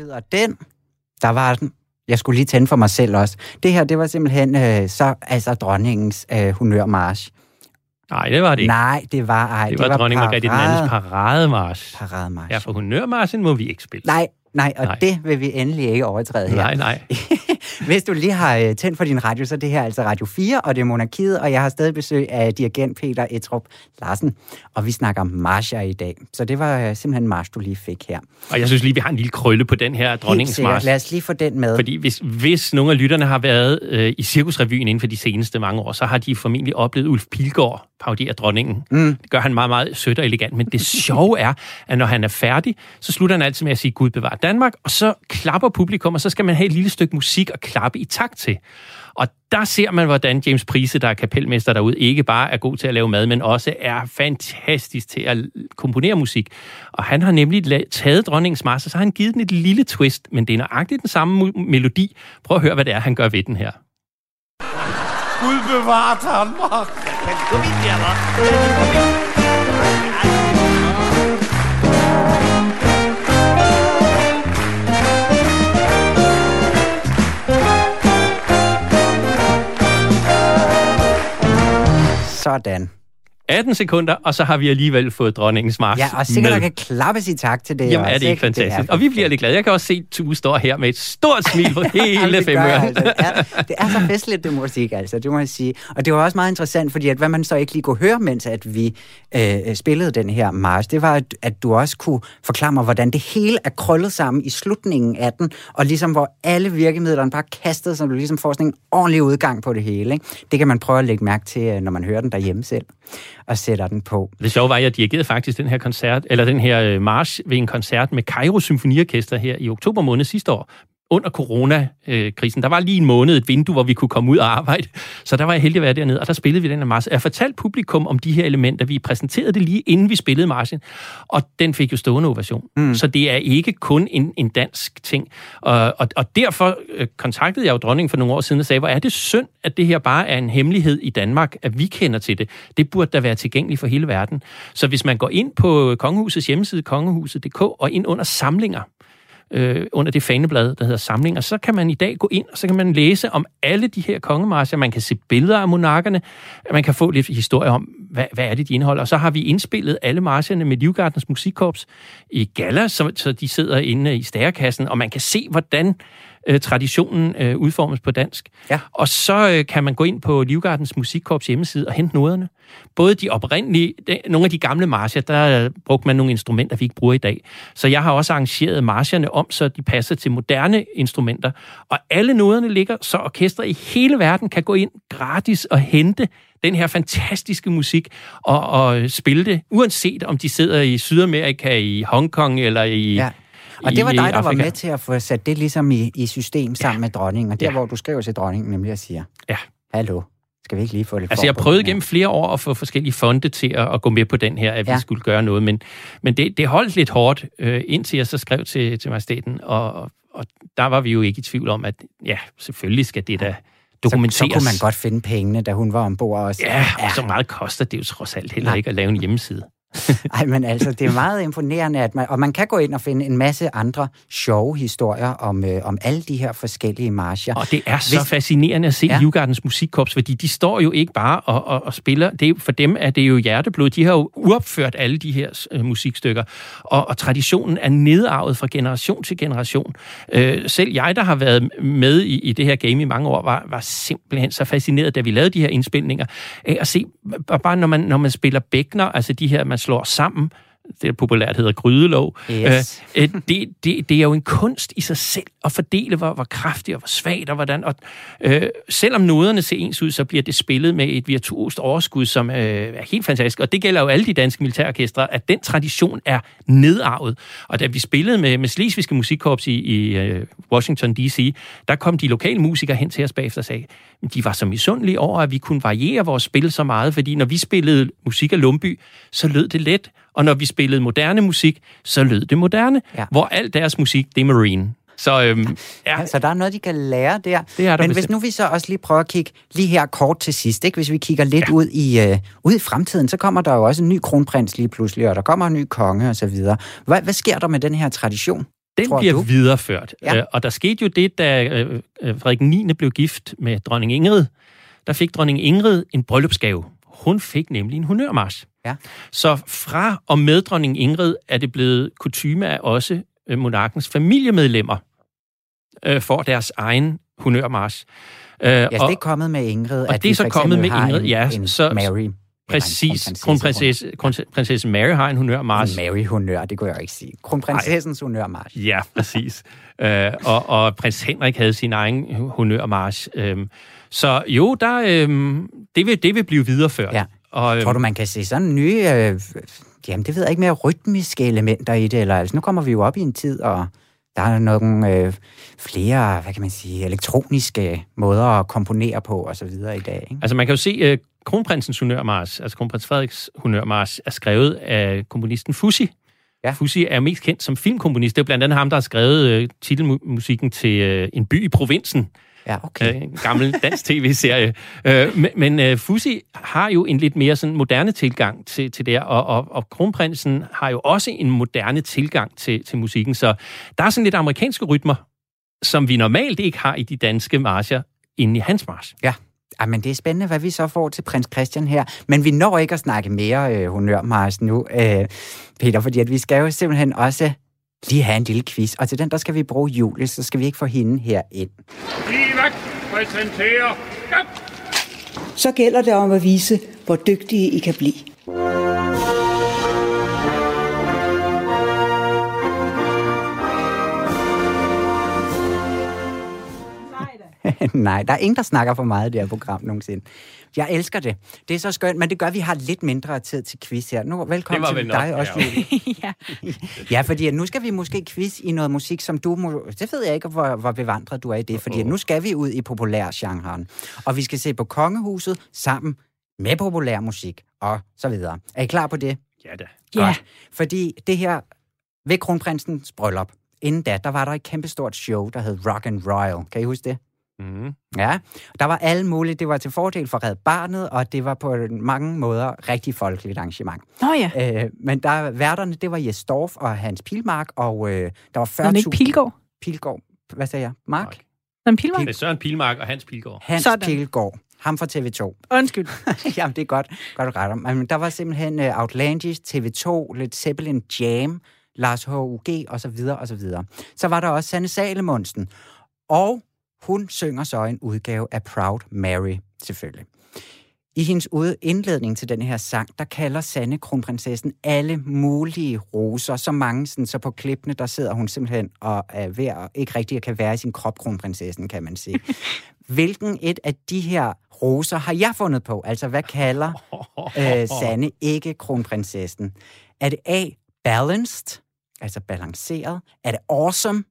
lyder den. Der var den. Jeg skulle lige tænde for mig selv også. Det her, det var simpelthen dronningens honnørmarch. Nej, det var det ikke. Nej, det var det var dronning Margrethe den andens parademarch. Parademarch. Ja, for honnørmarchen må vi ikke spille. Nej, det vil vi endelig ikke overtræde her. Nej. Hvis du lige har tændt for din radio, så det her er altså Radio 4, og det er Monarkiet, og jeg har stadig besøg af dirigent Peter Ettrup Larsen, og vi snakker marcher i dag. Så det var simpelthen en march, du lige fik her. Og jeg synes lige, vi har en lille krølle på den her dronningens march. Lad os lige få den med. Fordi hvis nogle af lytterne har været i Cirkusrevyen inden for de seneste mange år, så har de formentlig oplevet Ulf Pilgaard parodere dronningen. Det gør han meget, meget sødt og elegant. Men det sjove er, at når han er færdig, så slutter han altid med at sige, Gud bevar Danmark, og så klapper publikum, og så skal man have et lille stykke musik og klappe i takt til. Og der ser man, hvordan James Price, der er kapelmester derude, ikke bare er god til at lave mad, men også er fantastisk til at komponere musik. Og han har nemlig taget dronningens march, og så har han givet den et lille twist, men det er nøjagtigt den samme melodi. Prøv at høre, hvad det er, han gør ved den her. Gud bevar Danmark! Sådan. 18 sekunder, og så har vi alligevel fået dronningens march. Ja, og sikkert der kan klappes i takt til det. Jamen er det ikke fantastisk? Og vi bliver lidt glade. Jeg kan også se, at Tue står her med et stort smil på hele femøren. Det er så festligt, det musik, altså. Det må jeg sige. Og det var også meget interessant, fordi at hvad man så ikke lige kunne høre, mens at vi spillede den her march, det var, at du også kunne forklare mig, hvordan det hele er krøllet sammen i slutningen af den, og ligesom hvor alle virkemidlerne bare kastede, så du ligesom får sådan en ordentlig udgang på det hele. Ikke? Det kan man prøve at lægge mærke til, når man hører den derhjemme selv, og sætter den på. Det sjove var, at jeg dirigerede faktisk den her koncert, eller den her march ved en koncert med Cairo Symfoniorkester her i oktober måned sidste år, under coronakrisen. Der var lige en måned et vindue, hvor vi kunne komme ud og arbejde, så der var jeg heldig at være dernede, og der spillede vi den her march. Jeg fortalte publikum om de her elementer, vi præsenterede det lige inden vi spillede marchen, og den fik jo stående ovation. Så det er ikke kun en dansk ting. Og derfor kontaktede jeg jo dronningen for nogle år siden og sagde, hvor er det synd, at det her bare er en hemmelighed i Danmark, at vi kender til det. Det burde da være tilgængeligt for hele verden. Så hvis man går ind på Kongehusets hjemmeside, kongehuset.dk, og ind under samlinger, under det faneblad, der hedder Samlinger, så kan man i dag gå ind, og så kan man læse om alle de her kongemarcher. Man kan se billeder af monarkerne. Man kan få lidt historie om, hvad er det, de indeholder. Og så har vi indspillet alle marcherne med Livgardens Musikkorps i galla, så de sidder inde i stærekassen, og man kan se, hvordan traditionen udformes på dansk. Ja. Og så kan man gå ind på Livgardens Musikkorps hjemmeside og hente noderne. Både de oprindelige, nogle af de gamle marcher, der brugte man nogle instrumenter, vi ikke bruger i dag. Så jeg har også arrangeret marcherne om, så de passer til moderne instrumenter. Og alle noderne ligger, så orkestre i hele verden kan gå ind gratis og hente den her fantastiske musik og spille det, uanset om de sidder i Sydamerika, i Hongkong eller i... Ja. Og det var dig, der var med til at få sat det ligesom i system sammen med dronningen, og der, hvor du skriver til dronningen, nemlig at sige, hallo, skal vi ikke lige få det? Altså, jeg prøvede gennem flere år at få forskellige fonde til at gå med på den her, at vi skulle gøre noget, men det holdt lidt hårdt, indtil jeg så skrev til majestæten, og der var vi jo ikke i tvivl om, at selvfølgelig skal det da dokumenteres. Så kunne man godt finde pengene, da hun var ombord også. Ja, og så meget koster det jo trods alt heller ikke at lave en hjemmeside. Ej, men altså, det er meget imponerende, at man kan gå ind og finde en masse andre sjove historier om alle de her forskellige marcher. Og det er så fascinerende at se Livgardens Musikkorps, fordi de står jo ikke bare og spiller. For dem er det jo hjerteblod. De har jo uopført alle de her musikstykker, og traditionen er nedarvet fra generation til generation. Selv jeg, der har været med i det her game i mange år, var simpelthen så fascineret, da vi lavede de her indspilninger, af at se, bare når man spiller bækkener, altså de her, man slår sammen, det populært hedder grydelåg. Yes. Det er jo en kunst i sig selv at fordele, hvor kraftigt og hvor svagt og hvordan. Og, selvom noderne ser ens ud, så bliver det spillet med et virtuost overskud, som er helt fantastisk. Og det gælder jo alle de danske militærorkestre, at den tradition er nedarvet. Og da vi spillede med Slesvigske Musikkorps i Washington D.C., der kom de lokale musikere hen til os bagefter og sagde, de var så misundelige over, at vi kunne variere vores spil så meget, fordi når vi spillede musik af Lumbye, så lød det let, og når vi spillede moderne musik, så lød det moderne, hvor al deres musik, det er Marine. Så, så der er noget, de kan lære der. Det er der. Men hvis nu vi så også lige prøver at kigge lige her kort til sidst, ikke? Hvis vi kigger lidt ud i fremtiden, så kommer der jo også en ny kronprins lige pludselig, og der kommer en ny konge og så videre. Hvad sker der med den her tradition? Den bliver videreført. Ja. Og der skete jo det, da Frederik 9. blev gift med dronning Ingrid. Der fik dronning Ingrid en bryllupsgave. Hun fik nemlig en honørmarch. Ja. Så fra og med dronning Ingrid er det blevet kutyme, at også monarkens familiemedlemmer får deres egen honørmarch. Ja, det er kommet med Ingrid. Og det er så kommet med Ingrid, ja. Mary. Præcis. Kronprinsesse Mary har en honørmarch. Mary-honør, det kunne jeg ikke sige. Kronprinsessens honørmarch. Ja, præcis. Og prins Henrik havde sin egen honørmarch. Så jo, det vil blive videreført. Ja. Og, tror du, man kan se sådan nye, jamen det ved jeg ikke, mere rytmiske elementer i det, eller altså nu kommer vi jo op i en tid, og der er nogle flere, hvad kan man sige, elektroniske måder at komponere på, og så videre i dag, ikke? Altså man kan jo se, kronprinsens honørmarch, altså kronprins Frederiks honørmarch, er skrevet af komponisten Fuzzy. Ja. Fuzzy er mest kendt som filmkomponist. Det er blandt andet ham, der har skrevet titelmusikken til En by i provinsen. Ja, okay. En gammel dansk tv-serie. Men Fuzzy har jo en lidt mere sådan moderne tilgang til det her, og kronprinsen har jo også en moderne tilgang til musikken. Så der er sådan lidt amerikanske rytmer, som vi normalt ikke har i de danske marcher inde i hans march. Ja. Men det er spændende, hvad vi så får til prins Christian her. Men vi når ikke at snakke mere honørmarch nu, Peter, fordi at vi skal jo simpelthen også lige have en lille quiz. Og til den, der skal vi bruge Julie, så skal vi ikke få hende her ind. Livet præsenterer. Ja. Så gælder det om at vise, hvor dygtige I kan blive. Nej, der er ingen, der snakker for meget i det her program nogensinde. Jeg elsker det. Det er så skønt, men det gør, at vi har lidt mindre tid til quiz her. Nu, velkommen til dig også, Julie. Ja, fordi nu skal vi måske quiz i noget musik, som du... Det ved jeg ikke, hvor bevandret du er i det, fordi nu skal vi ud i populærgenren. Og vi skal se på Kongehuset sammen med populærmusik og så videre. Er I klar på det? Ja da. Ja. Fordi det her ved kronprinsens bryllup, inden da, der var der et kæmpestort show, der hed Rock and Royal. Kan I huske det? Mm. Ja, der var alle mulige. Det var til fordel for Red Barnet, og det var på mange måder rigtig folkeligt arrangement. Men værterne, det var Jes Dorf og Hans Pilmark, og der var 40.000... Men ikke Pilgaard? Pilgaard. Hvad sagde jeg? Mark? Pilmark? Det er Søren Pilmark og Hans Pilgaard. Hans Pilgaard. Ham fra TV2. Undskyld. Jamen, det er godt ret om. Men der var simpelthen Outlandish, TV2, Led Zeppelin Jam, Lars H.U.G. og så videre, og så videre. Så var der også Sanne Salomonsen. Og hun synger så en udgave af Proud Mary, selvfølgelig. I hendes indledning til den her sang, der kalder Sanne kronprinsessen alle mulige roser. Så mange, sådan, så på klippene, der sidder hun simpelthen og er ved at ikke rigtig kan være i sin krop, kronprinsessen, kan man sige. Hvilken et af de her roser har jeg fundet på? Altså, hvad kalder Sanne ikke kronprinsessen? Er det A, balanced, altså balanceret? Er det awesome?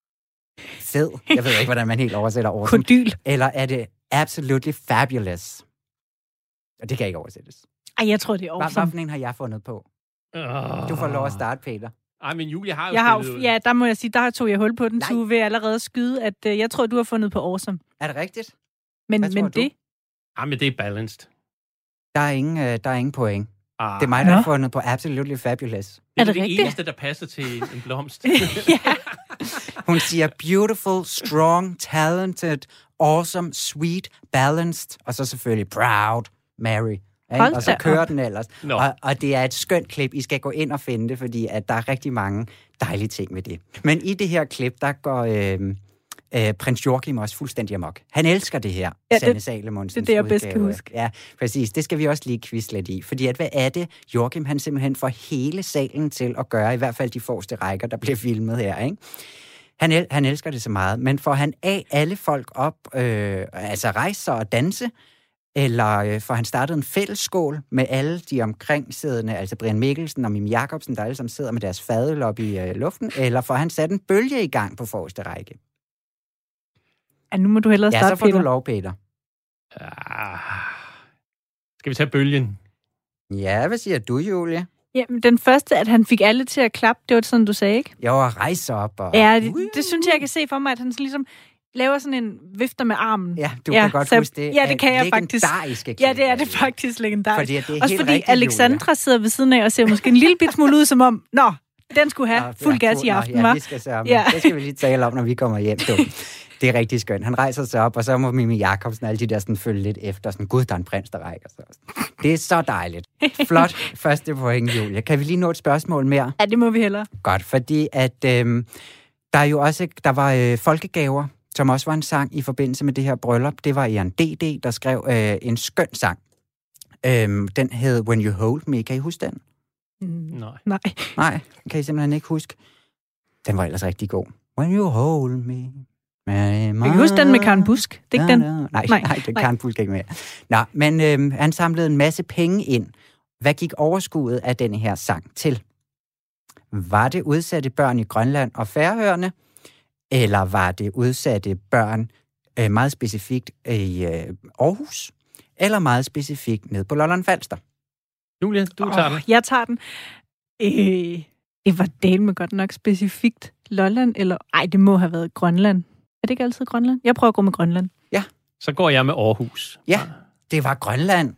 Fed. Jeg ved ikke, hvordan man helt oversætter awesome. Kodyl. Eller er det absolutely fabulous? Og det kan ikke oversættes. Ej, jeg tror, det er awesome. Hvad for en har jeg fundet på? Du får lov at starte, Peter. Ej, men Julie har jo ja, der må jeg sige, der tog jeg hul på den, så ved allerede skyde, at jeg tror, du har fundet på awesome. Er det rigtigt? Men det? Men det er balanced. Der er ingen point. Det er mig, der har fundet på absolutely fabulous. Det er det eneste, der passer til en blomst. Ja. Hun siger beautiful, strong, talented, awesome, sweet, balanced, og så selvfølgelig proud, Mary. Og så kører den ellers. No. Og det er et skønt klip. I skal gå ind og finde det, fordi at der er rigtig mange dejlige ting ved det. Men i det her klip, der går prins Joachim også fuldstændig amok. Han elsker det her, Sanne Salomonsens det er det, jeg bedst kan huske. Ja, præcis. Det skal vi også lige quizze lidt i. Fordi at, hvad er det, Joachim han simpelthen får hele salen til at gøre, i hvert fald de forreste rækker, der bliver filmet her, ikke? Han elsker det så meget, men får han alle folk op, altså rejse sig og danse, eller får han startet en fællesskål med alle de omkringsiddende, altså Brian Mikkelsen og Mim Jakobsen, der alle sammen sidder med deres fadøl op i luften, eller får han sat en bølge i gang på forreste række? Ja, nu må du hellere starte, Peter. Ja, så får du lov, Peter. Skal vi tage bølgen? Ja, hvad siger du, Julie? Jamen, den første, at han fik alle til at klappe, det var sådan, du sagde, ikke? Jo, og rejse op. Og... Ja, det synes jeg kan se for mig, at han sådan ligesom laver sådan en vifter med armen. Ja, du kan godt huske det. Ja, det kan jeg faktisk. Ja, det er det faktisk legendarisk. Fordi det er også fordi Alexandra sidder ved siden af og ser måske en lille bit smule ud som om, Den skulle have fuld gas i aften, hva'? Ja, vi skal se om. Det skal vi lige tale om, når vi kommer hjem. Det er rigtig skønt. Han rejser sig op, og så må Mimi Jakobsen og alle de der sådan følge lidt efter. Sådan, gud, der er en prins, der rækker sig. Det er så dejligt. Flot første point, Julia. Kan vi lige nå et spørgsmål mere? Ja, det må vi hellere. Godt, fordi at der var folkegaver, som også var en sang i forbindelse med det her bryllup. Det var Jan D.D., der skrev en skøn sang. Den hed When You Hold Me. Kan I huske den? Nej, kan I simpelthen ikke huske. Den var ellers rigtig god. When You Hold Me. Jeg kan huske den med Karen Busk. Det er ikke den? Nej, den Karen Busk ikke med. Nå, men han samlede en masse penge ind. Hvad gik overskuddet af denne her sang til? Var det udsatte børn i Grønland og Færøerne? Eller var det udsatte børn meget specifikt i Aarhus? Eller meget specifikt ned på Lolland-Falster? Julia, du tager den. Jeg tager den. Det var delt med godt nok specifikt Lolland, eller... Ej, det må have været Grønland. Er det ikke altid Grønland? Jeg prøver at gå med Grønland. Ja. Så går jeg med Aarhus. Ja, det var Grønland.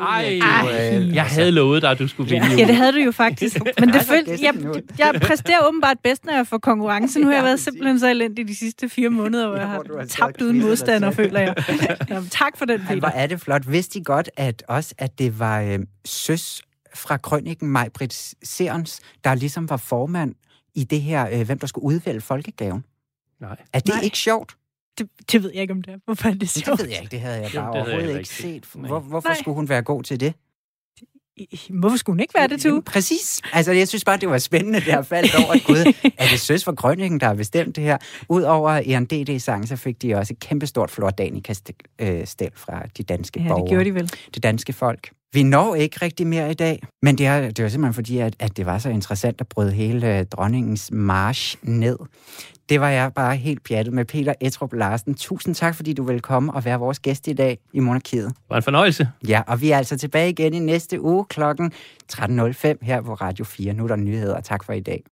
Jeg havde lovet dig, at du skulle vinde. Ja, det havde du jo faktisk. Men det jeg præsterer åbenbart bedst, når jeg får konkurrence. Nu har jeg været simpelthen så elendig de sidste 4 måneder, hvor jeg har tabt uden modstander, føler jeg. Ja, tak for den, Peter. Hvor er det flot. Vidste I godt, at det var Søs fra krøniken Maj-Britt Serens, der ligesom var formand i det her, hvem der skulle udvælge folkegaven? Nej. Er det ikke sjovt? Det ved jeg ikke, om det er. Hvorfor er det sjovt? Det ved jeg ikke. Det havde jeg bare overhovedet ikke set. Hvorfor skulle hun være god til det? Hvorfor skulle hun ikke være det, Tue? Præcis. Altså, jeg synes bare, det var spændende, der faldt over, at gud, er det Søs fra krøniken, der har bestemt det her? Udover Jan D.D.-sang, så fik de også et kæmpestort flot Danica-stel fra de danske borgere. Ja, det gjorde de vel. Det danske folk. Vi når ikke rigtig mere i dag, men det var simpelthen fordi, at det var så interessant at bryde hele dronningens march ned. Det var jeg bare helt pjattet med. Peter Ettrup Larsen, tusind tak, fordi du ville komme og være vores gæst i dag i Monarkiet. Det var en fornøjelse. Ja, og vi er altså tilbage igen i næste uge kl. 13.05 her på Radio 4. Nu er der nyheder, og tak for i dag.